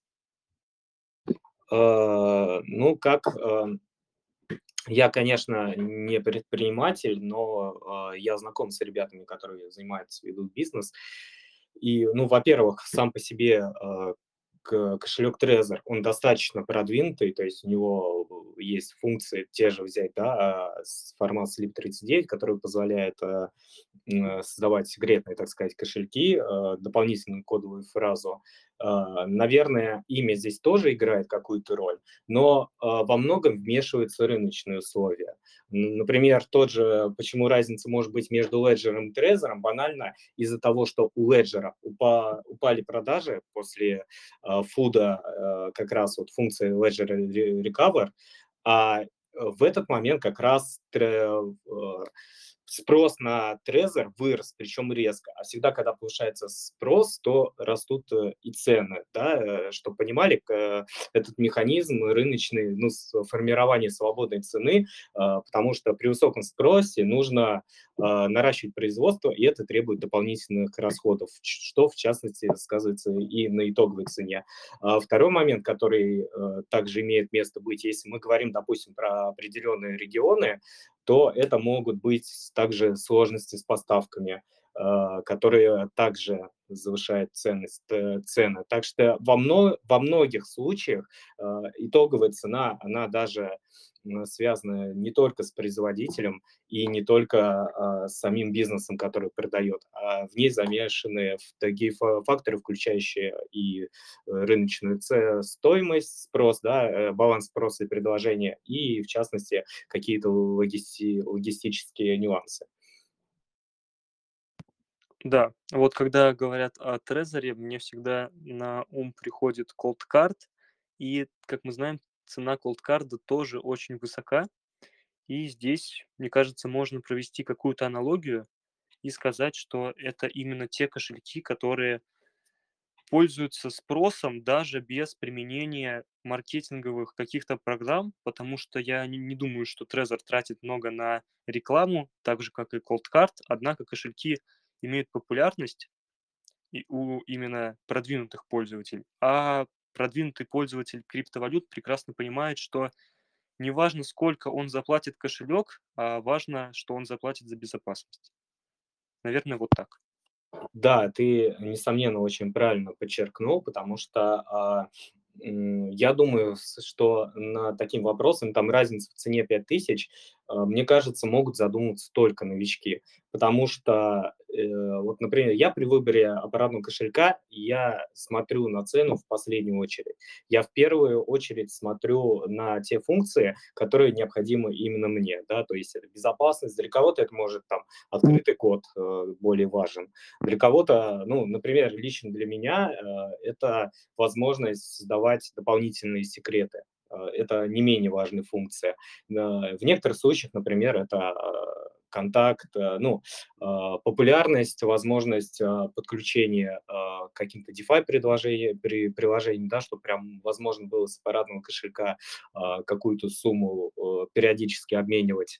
Э, Ну, как э, я, конечно, не предприниматель, но э, я знаком с ребятами, которые занимаются, ведут бизнес. И, ну, во-первых, сам по себе э, к- кошелек Trezor, он достаточно продвинутый, то есть у него есть функции те же взять, да, а, с формат Slip тридцать девять, который позволяет э, м, э, создавать секретные, так сказать, кошельки, э, дополнительную кодовую фразу. Э, Наверное, имя здесь тоже играет какую-то роль, но э, во многом вмешиваются рыночные условия. Н- Например, тот же, почему разница может быть между Ledger и Trezor, банально из-за того, что у Ledger упа- упали продажи после э, фуда, э, как раз вот функции Ledger Re- Recover, а э, в этот момент как раз тре- э, спрос на Trezor вырос, причем резко. А всегда, когда повышается спрос, то растут э, и цены, да, чтобы понимали, к- этот механизм рыночный, ну, с- формирование свободной цены, а, потому что при высоком спросе нужно а, наращивать производство, и это требует дополнительных расходов, ч- что, в частности, сказывается и на итоговой цене. А второй момент, который э, также имеет место быть, если мы говорим, допустим, про определенные регионы, то это могут быть также сложности с поставками, э, которые также завышают ценность, э, цены. Так что во, мно- во многих случаях э, итоговая цена, она даже м, связана не только с производителем и не только а, с самим бизнесом, который продает, а в ней замешаны в такие фа- факторы, включающие и э, рыночную це- стоимость, спрос, да, э, баланс спроса и предложения, и, в частности, какие-то логисти логистические нюансы.
Да, вот когда говорят о Трезоре, мне всегда на ум приходит Cold Card, и, как мы знаем, цена Cold Card тоже очень высока. И здесь, мне кажется, можно провести какую-то аналогию и сказать, что это именно те кошельки, которые пользуются спросом даже без применения маркетинговых каких-то программ, потому что я не, не думаю, что Trezor тратит много на рекламу, так же, как и Cold Card, однако кошельки имеют популярность и у именно продвинутых пользователей, а продвинутый пользователь криптовалют прекрасно понимает, что не важно, сколько он заплатит кошелек, а важно, что он заплатит за безопасность. Наверное, вот так.
Да, ты, несомненно, очень правильно подчеркнул, потому что, а, м, я думаю, с что над таким вопросом, там разница в цене пять тысяч, а, мне кажется, могут задуматься только новички. Потому что, э, вот, например, я при выборе аппаратного кошелька, я смотрю на цену в последнюю очередь. Я в первую очередь смотрю на те функции, которые необходимы именно мне, да, то есть это безопасность. Для кого-то это может там открытый код, э, более важен. Для кого-то, ну, например, лично для меня, э, это возможность создавать дополнительные секреты. Э, это не менее важная функция. Э, в некоторых случаях, например, это э, контакт, э, ну, э, популярность, возможность э, подключения э, к каким-то DeFi предложениям, при, приложениям, да, чтобы прям возможно было с аппаратного кошелька э, какую-то сумму э, периодически обменивать.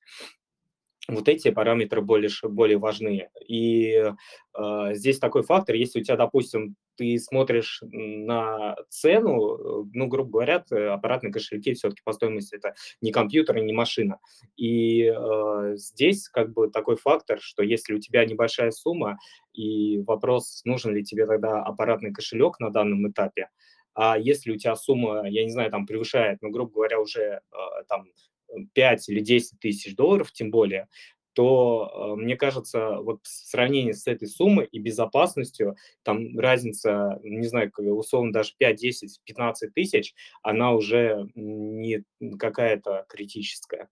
Вот эти параметры более ш более важны. И, э, здесь такой фактор, если у тебя, допустим, ты смотришь на цену, э, ну, грубо говоря, т аппаратные кошельки все таки по стоимости это не компьютер и не машина. И, э, здесь как бы такой фактор, что если у тебя небольшая сумма, и вопрос, нужен ли тебе тогда аппаратный кошелек на данном этапе. А если у тебя сумма, я не знаю, там превышает, ну, грубо говоря, уже, э, там, э, пять или десять тысяч долларов, тем более, то, э, мне кажется, вот в сравнении с этой суммой и безопасностью, там разница, не знаю, к условно даже пять, десять, пятнадцать тысяч, она уже не какая-то критическая.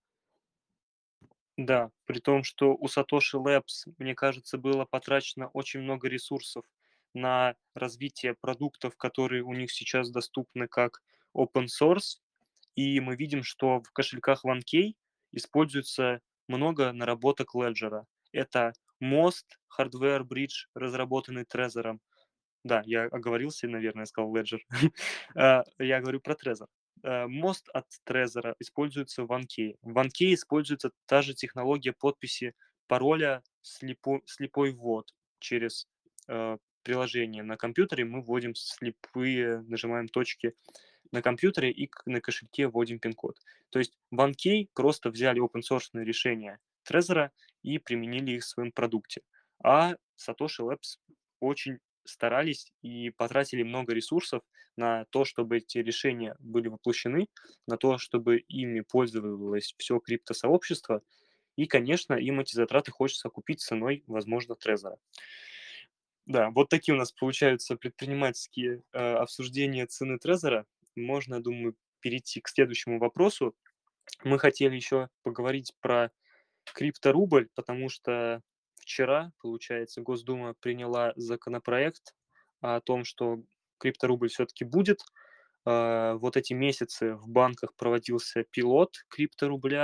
Да, при том, что у Satoshi Labs, мне кажется, было потрачено очень много ресурсов на развитие продуктов, которые у них сейчас доступны как open source, и мы видим, что в кошельках ван кей используется много наработок Ledger. Это мост, Hardware Bridge, разработанный Trezor. Да, я оговорился, наверное, сказал Ledger. А, Я говорю про Trezor. Э, Мост от Trezor используется в OneKey. В OneKey используется та же технология подписи пароля слепо- слепой ввод через э, приложение на компьютере. Мы вводим слепые, нажимаем точки на компьютере и к- на кошельке вводим пин-код. То есть в OneKey просто взяли open source решения Trezor и применили их в своем продукте. А Satoshi Labs очень старались и потратили много ресурсов на то, чтобы эти решения были воплощены, на то, чтобы ими пользовалось все криптосообщество. И, конечно, им эти затраты хочется окупить ценой, возможно, Трезора. Да, вот такие у нас получаются предпринимательские э, обсуждения цены Трезора. Можно, думаю, перейти к следующему вопросу. Мы хотели еще поговорить про крипторубль, потому что вчера, получается, Госдума приняла законопроект о том, что крипторубль все-таки будет. А, Вот эти месяцы в банках проводился пилот крипторубля,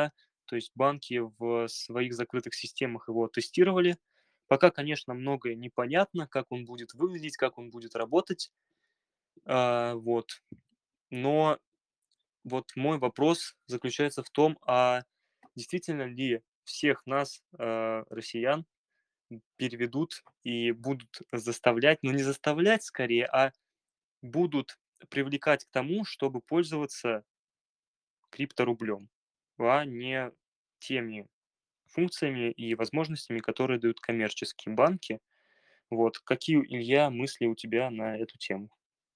То есть банки в своих закрытых системах его тестировали. Пока, конечно, многое непонятно, как он будет выглядеть, как он будет работать. А, вот. Но вот мой вопрос заключается в том, а действительно ли всех нас, а, россиян, переведут и будут заставлять, ну не заставлять скорее, а будут привлекать к тому, чтобы пользоваться крипторублем, а не теми функциями и возможностями, которые дают коммерческие банки. Вот. Какие, Илья, мысли у тебя на эту тему?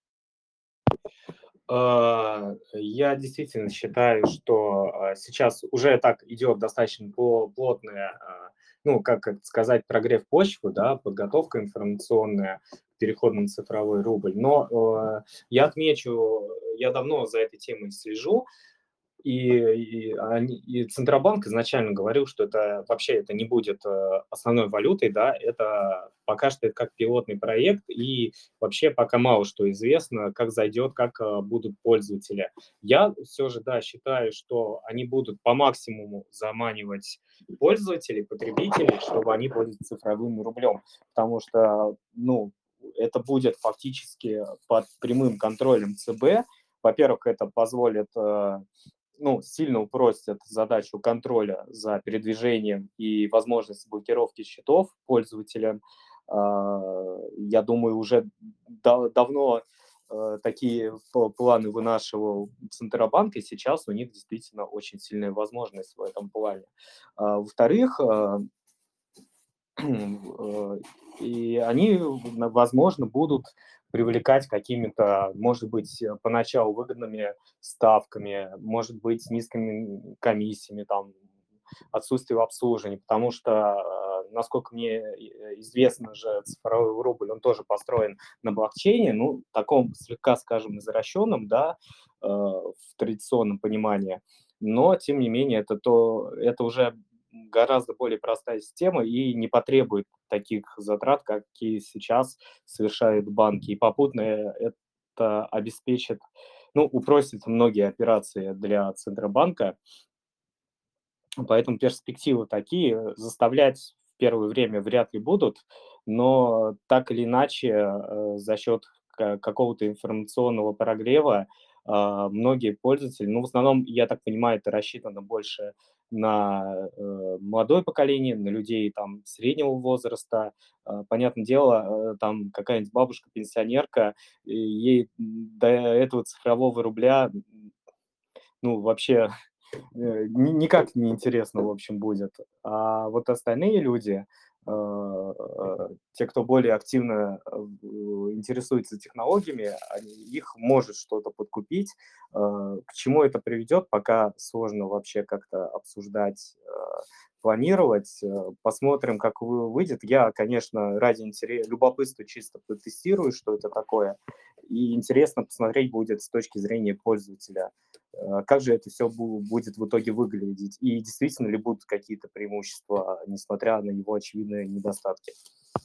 А, я действительно считаю, что, а, сейчас уже так идет достаточно пло плотная, а, ну, как это сказать, прогрев почвы, да, подготовка информационная к переходу на цифровой рубль. Но, а, я отмечу, я давно за этой темой слежу, и и они и Центробанк изначально говорил, что это вообще это не будет, э, основной валютой, да, это пока что это как пилотный проект, и вообще пока мало что известно, как зайдет, как, а, будут пользователи. Я все же, да, считаю, что они будут по максимуму заманивать пользователей, потребителей, чтобы они пользовались цифровым рублем, потому что, ну, это будет фактически под прямым контролем ЦБ. Во-первых, это позволит, э ну, сильно упростят задачу контроля за передвижением и возможность блокировки счетов пользователям. А, я думаю, уже да давно, э, такие п планы вынашивал Центробанк, и сейчас у них действительно очень сильная возможность в этом плане. А, во-вторых, а, э, и они, в возможно, будут привлекать какими-то, может быть, э, поначалу выгодными ставками, может быть, низкими комиссиями, там, отсутствием обслуживания, потому что, э, насколько мне и известно же, цифровой рубль, он тоже построен на блокчейне, ну, таком слегка, скажем, извращенном, да, э, в традиционном понимании. Но, тем не менее, это то это уже гораздо более простая система и не потребует таких затрат, какие сейчас совершают банки. И попутно это обеспечит, ну, упростит многие операции для Центробанка. Поэтому перспективы такие. Заставлять в первое время вряд ли будут, но так или иначе, э, за счет ка какого-то информационного прогрева, а, многие пользователи, ну, в основном, я так понимаю, это рассчитано больше на, э, молодое поколение, на людей там среднего возраста. А, понятное дело, э, там какая-нибудь бабушка-пенсионерка, и ей до этого цифрового рубля, м, ну, вообще э, ни никак не интересно, в общем, будет. А вот остальные люди, э, э, те, кто более активно, э, в интересуется технологиями, они их может что-то подкупить. Э, к чему это приведет, пока сложно вообще как-то обсуждать, э, планировать. Э, посмотрим, как вы выйдет. Я, конечно, ради интере любопытства чисто протестирую, что это такое, и интересно посмотреть будет с точки зрения пользователя. Э, как же это все будет в итоге выглядеть? И действительно ли будут какие-то преимущества, несмотря на его очевидные недостатки?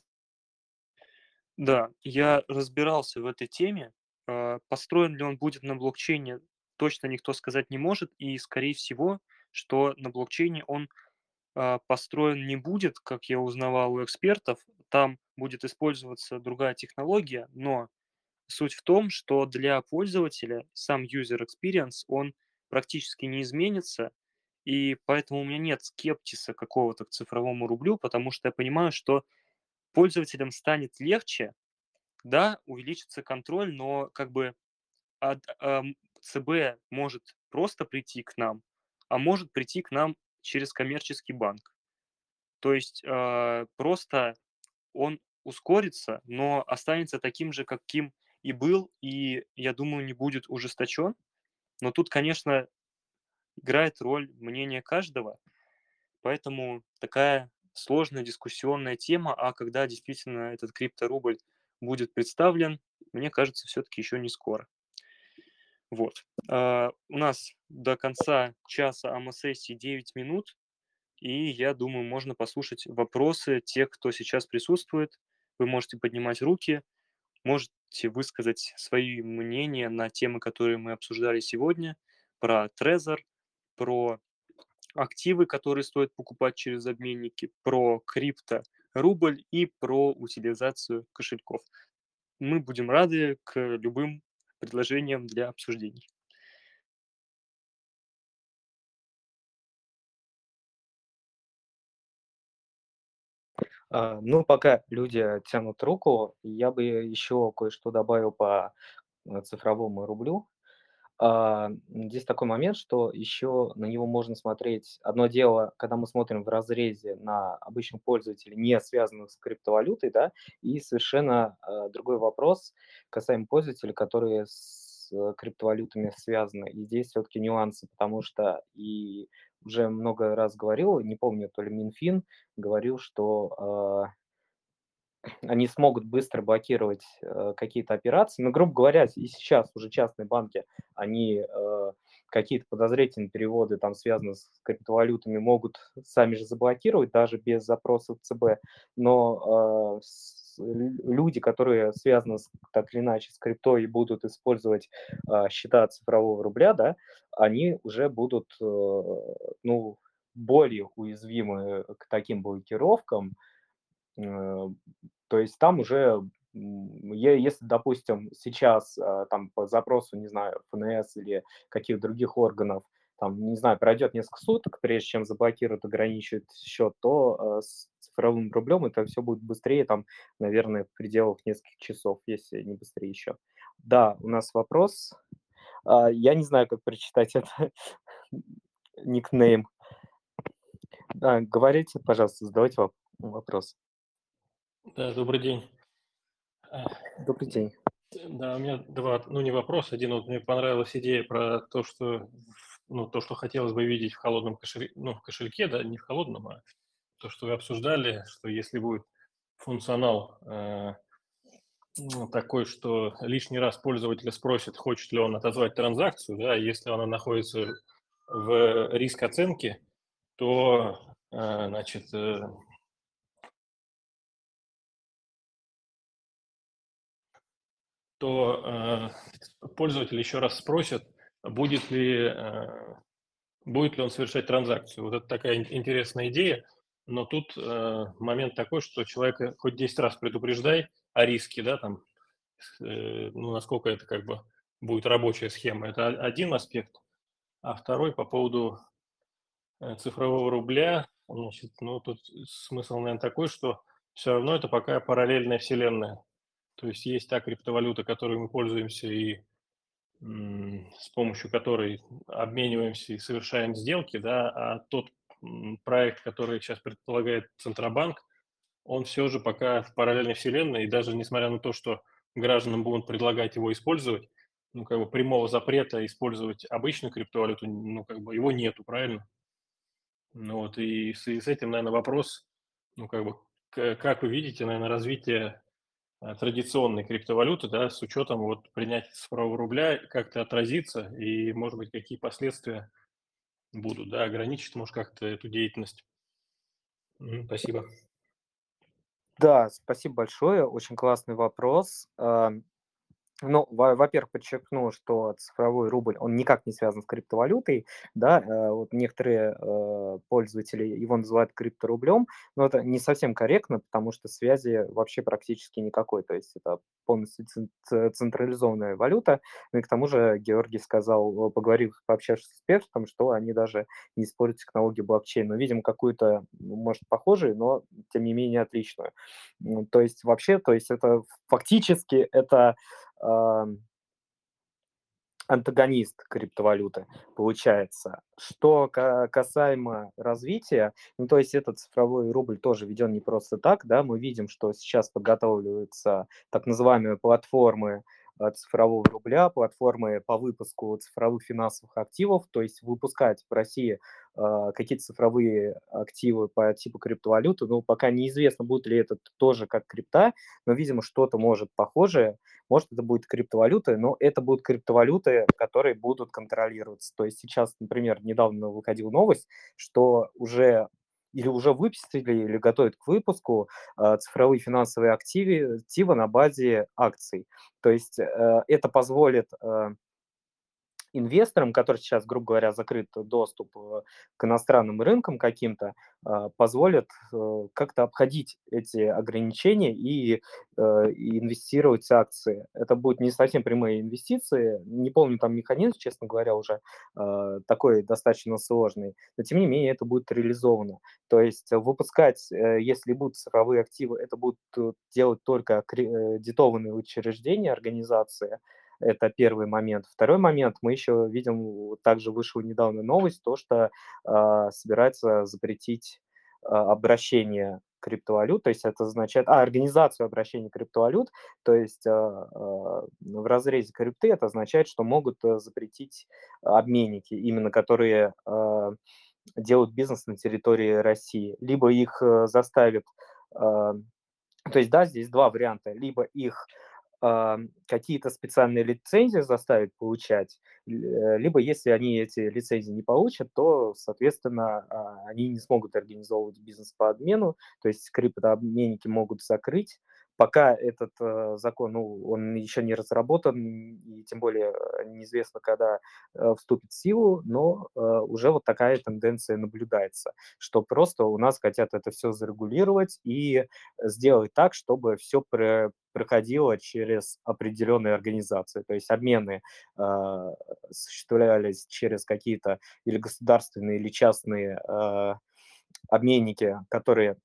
Да, я разбирался в этой теме. А, Построен ли он будет на блокчейне, точно никто сказать не может. И, скорее всего, что на блокчейне он а, построен не будет, как я узнавал у экспертов. Там будет использоваться другая технология, но суть в том, что для пользователя сам user experience, он практически не изменится, и поэтому у меня нет скептиса какого-то к цифровому рублю, потому что я понимаю, что пользователям станет легче, да, увеличится контроль, но как бы ад- ам, ЦБ может просто прийти к нам, а может прийти к нам через коммерческий банк. То есть а, просто он ускорится, но останется таким же, каким и был, и, я думаю, не будет ужесточен. Но тут, конечно, играет роль мнение каждого, поэтому такая сложная дискуссионная тема, а когда действительно этот крипторубль будет представлен, мне кажется, все-таки еще не скоро. Вот. А, У нас до конца часа АМА-сессии девять минут, и я думаю, можно послушать вопросы тех, кто сейчас присутствует. Вы можете поднимать руки, можете высказать свои мнения на темы, которые мы обсуждали сегодня, про Trezor, про активы, которые стоит покупать через обменники, про крипторубль и про утилизацию кошельков. Мы будем рады к любым предложениям для обсуждений.
А, ну, пока люди тянут руку, я бы еще кое-что добавил по э, цифровому рублю. А, м, здесь такой момент, что еще на него можно смотреть. Одно дело, когда мы смотрим в разрезе на обычных пользователей, не связанных с криптовалютой, да, и совершенно а, другой вопрос касаемо пользователей, которые с э, криптовалютами связаны. И здесь все-таки нюансы, потому что и уже много раз говорил, не помню, то ли Минфин говорил, что а, они смогут быстро блокировать, э, какие-то операции. Но, грубо говоря, и сейчас уже частные банки, они, э, какие-то подозрительные переводы, там, связанные с криптовалютами, могут сами же заблокировать, даже без запроса в ЦБ. Но, э, с лю люди, которые связаны с так или иначе с криптой и будут использовать, а, счета цифрового рубля, да, они уже будут, э, ну, более уязвимы к таким блокировкам. Э, то есть там уже, м, е если, допустим, сейчас, а, там по запросу, не знаю, эф эн эс или каких-то других органов, там, не знаю, пройдет несколько суток, прежде чем заблокируют, ограничивают счет, то, э, с цифровым рублем это все будет быстрее, там, наверное, в пределах нескольких часов, если не быстрее еще. Да, у нас вопрос. А, я не знаю, как прочитать это. Никнейм. А, говорите, пожалуйста, задавайте воп вопрос.
Да, добрый день. А,
Добрый день.
Да, у меня два, ну не вопрос, один вот мне понравилась идея про то, что, ну, то, что хотелось бы видеть в холодном кошельке, ну, в кошельке, да, не в холодном, а то, что вы обсуждали, что если будет функционал э, ну, такой, что лишний раз пользователя спросит, хочет ли он отозвать транзакцию, да, если она находится в риск оценки, то, э, значит, э, то э, пользователь еще раз спросит, будет ли, э, будет ли он совершать транзакцию. Вот это такая ин- интересная идея, но тут э, момент такой, что человека хоть десять раз предупреждай о риске, да, там, э, ну, насколько это как бы будет рабочая схема. Это о- один аспект. А второй по поводу э, цифрового рубля, значит, ну, тут смысл, наверное, такой, что все равно это пока параллельная вселенная. То есть есть та криптовалюта, которой мы пользуемся и м, с помощью которой обмениваемся и совершаем сделки, да, а тот м, проект, который сейчас предполагает Центробанк, он все же пока в параллельной вселенной, и даже несмотря на то, что гражданам будут предлагать его использовать, ну, как бы прямого запрета использовать обычную криптовалюту, ну, как бы его нету, правильно? Ну, вот, и с, и с этим, наверное, вопрос, ну, как бы, к- как вы видите, наверное, развитие э, традиционной криптовалюты, да, с учетом вот принятия цифрового рубля, как-то отразится и, может быть, какие последствия будут, да, ограничить, может, как-то эту деятельность. Мгм, спасибо.
Да, спасибо большое. Очень классный вопрос. Ам, ну, во во-первых, подчеркну, что цифровой рубль, он никак не связан с криптовалютой, да. Э, вот некоторые, э, пользователи его называют крипторублем, но это не совсем корректно, потому что связи вообще практически никакой. То есть это полностью цен ц централизованная валюта. Ну и к тому же Георгий сказал, э, поговорив, пообщавшись с экспертом, что они даже не используют технологию блокчейн. Мы видим какую-то, ну, может, похожую, но тем не менее отличную. М, то есть вообще, то есть это фактически это, ам, антагонист криптовалюты получается. Что ка касаемо развития, ну, то есть этот цифровой рубль тоже введен не просто так, да. Мы видим, что сейчас подготавливаются так называемые платформы, а, цифрового рубля, платформы по выпуску цифровых финансовых активов, то есть выпускать в России, а, какие-то цифровые активы по типу криптовалюты. Но пока неизвестно, будет ли это тоже как крипта, но, видимо, что-то может похожее. Может, это будет криптовалюта, но это будут криптовалюты, которые будут контролироваться. То есть сейчас, например, недавно выходила новость, что уже или уже выпустили, или готовят к выпуску а, цифровые финансовые активы, активы на базе акций. То есть э, это позволит э, инвесторам, которым сейчас, грубо говоря, закрыт доступ э, к иностранным рынкам каким-то, а, позволят э, как-то обходить эти ограничения и, э, и инвестировать в акции. Это будут не совсем прямые инвестиции. Не помню там механизм, честно говоря, уже э, такой достаточно сложный. Но тем не менее это будет реализовано. То есть э, выпускать, э, если будут цифровые активы, это будут э, делать только аккредитованные учреждения, организации. Это первый момент. Второй момент, мы еще видим, вот также вышла недавно новость, то, что а, собирается запретить а, обращение криптовалют, то есть это означает, а, организацию обращения криптовалют, то есть а, а, в разрезе крипты это означает, что могут э, запретить обменники, именно которые а, делают бизнес на территории России, либо их э, заставят, а, то есть, да, здесь два варианта, либо их а, какие-то специальные лицензии заставить получать, ль э, либо если они эти лицензии не получат, то, соответственно, а, они не смогут организовывать бизнес по обмену, то есть криптообменники могут закрыть. Пока этот, э, закон, ну, он еще не разработан, и тем более, э, неизвестно, когда, э, вступит в силу, но, э, уже вот такая тенденция наблюдается, что просто у нас хотят это все зарегулировать и сделать так, чтобы все проходило через определенные организации. То есть обмены а, осуществлялись через какие-то или государственные, или частные а, обменники, которые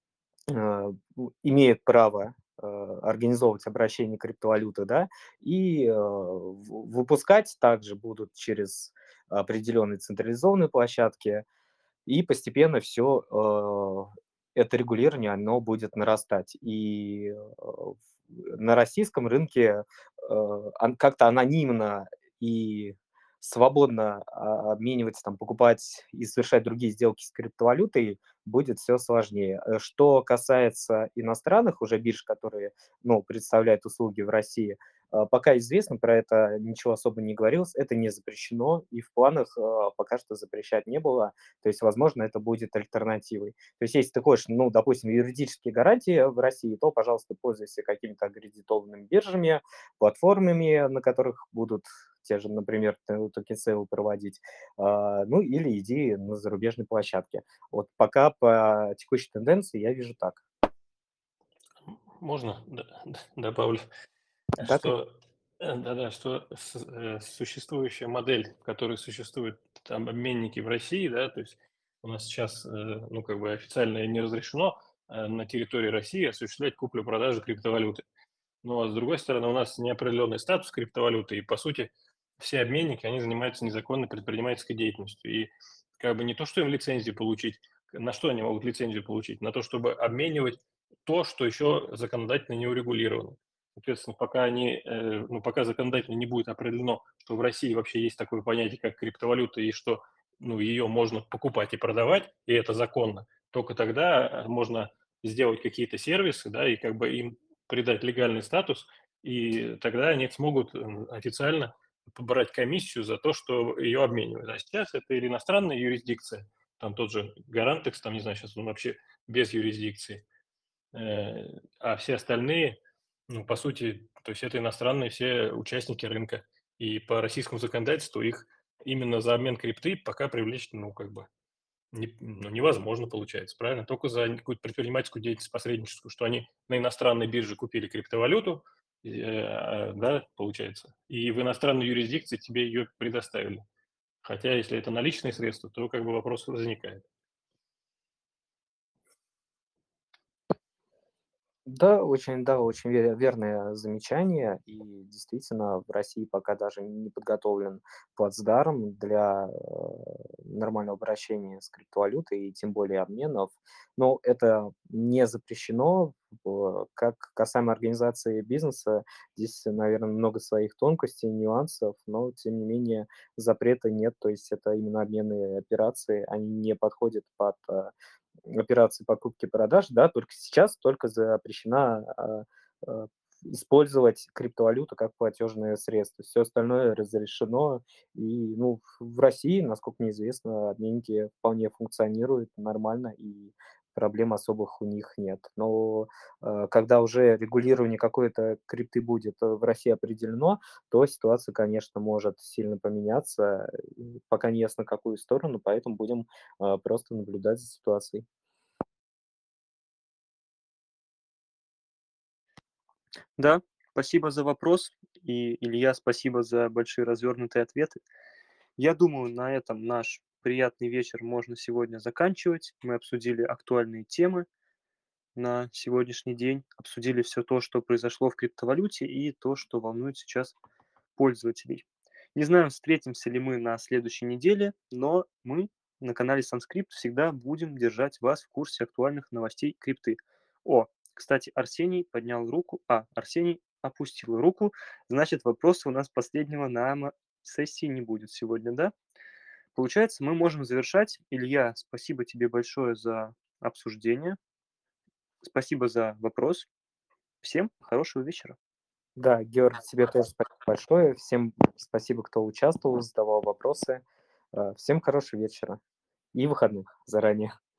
а, у- имеют право а, организовывать обращение криптовалюты, да, и а, в- выпускать также будут через определенные централизованные площадки, и постепенно все это регулирование, оно будет нарастать. И, э, в на российском рынке, э, ан как-то анонимно и свободно а обмениваться, там, покупать и совершать другие сделки с криптовалютой будет все сложнее. Э, что касается иностранных уже бирж, которые, ну, представляют услуги в России, э, пока известно, про это ничего особо не говорилось. Это не запрещено, и в планах, э, пока что запрещать не было. То есть, возможно, это будет альтернативой. То есть, если ты хочешь, ну, допустим, юридические гарантии в России, то, пожалуйста, пользуйся какими-то аккредитованными биржами, платформами, на которых будут те же, например, т- токен сейл проводить, а, ну, или иди на зарубежные площадки. Вот пока по текущей тенденции я вижу так.
Можно д- д- добавлю,
Да, как-
что э, да-да, что с- э, существующая модель, в которой существуют там обменники в России, да, то есть у нас сейчас, э, ну, как бы официально не разрешено э, на территории России осуществлять куплю-продажу криптовалюты. Ну, а с другой стороны, у нас неопределенный статус криптовалюты, и, по сути, все обменники, они занимаются незаконной предпринимательской деятельностью. И как бы не то, что им лицензию получить, на что они могут лицензию получить? На то, чтобы обменивать то, что еще законодательно не урегулировано. Соответственно, пока, они, э, ну, пока законодательно не будет определено, что в России вообще есть такое понятие, как криптовалюта, и что ну, ее можно покупать и продавать, и это законно, только тогда э, можно сделать какие-то сервисы, да, и как бы им придать легальный статус, и тогда они смогут м, официально побрать комиссию за то, что ее обменивают. А сейчас это или иностранная юрисдикция, там тот же Гарантекс, там, не знаю, сейчас он вообще без юрисдикции, э, а все остальные, ну, по сути, то есть это иностранные все участники рынка. И по российскому законодательству их именно за обмен крипты пока привлечь, ну, как бы не ну, невозможно получается, правильно? Только за какую-то предпринимательскую деятельность посредническую, что они на иностранной бирже купили криптовалюту, э, а, да, получается, и в иностранной юрисдикции тебе ее предоставили. Хотя, если это наличные средства, то как бы вопрос возникает.
Да, очень, да, очень ве- верное замечание. И действительно, в России пока даже не подготовлен плацдарм для э, нормального обращения с криптовалютой и тем более обменов. Но это не запрещено. В- Как касаемо организации бизнеса, здесь, наверное, много своих тонкостей, нюансов, но тем не менее запрета нет. То есть это именно обменные операции, они не подходят под э, операции покупки-продаж, да, только сейчас только запрещена, а, а, использовать криптовалюту как платежное средство. Все остальное разрешено. И, ну, в в России, насколько мне известно, обменники вполне функционируют нормально, и проблем особых у них нет. Но, э, когда уже регулирование какой-то крипты будет, э, в России определено, то ситуация, конечно, может сильно поменяться. И пока не ясно, в какую сторону, поэтому будем, э, просто наблюдать за ситуацией.
Да, спасибо за вопрос. И, Илья, спасибо за большие развернутые ответы. Я думаю, на этом наш приятный вечер можно сегодня заканчивать. Мы обсудили актуальные темы на сегодняшний день, обсудили все то, что произошло в криптовалюте и то, что волнует сейчас пользователей. Не знаю, встретимся ли мы на следующей неделе, но мы на канале Санскрипт всегда будем держать вас в курсе актуальных новостей крипты. О, кстати, Арсений поднял руку. А, Арсений опустил руку. Значит, вопроса у нас последнего на м- сессии не будет сегодня, да? Получается, мы можем завершать. Илья, спасибо тебе большое за обсуждение. Спасибо за вопрос. Всем хорошего вечера.
Да, Георгий, тебе тоже спасибо большое. Всем спасибо, кто участвовал, задавал вопросы. Э, всем хорошего вечера и выходных заранее.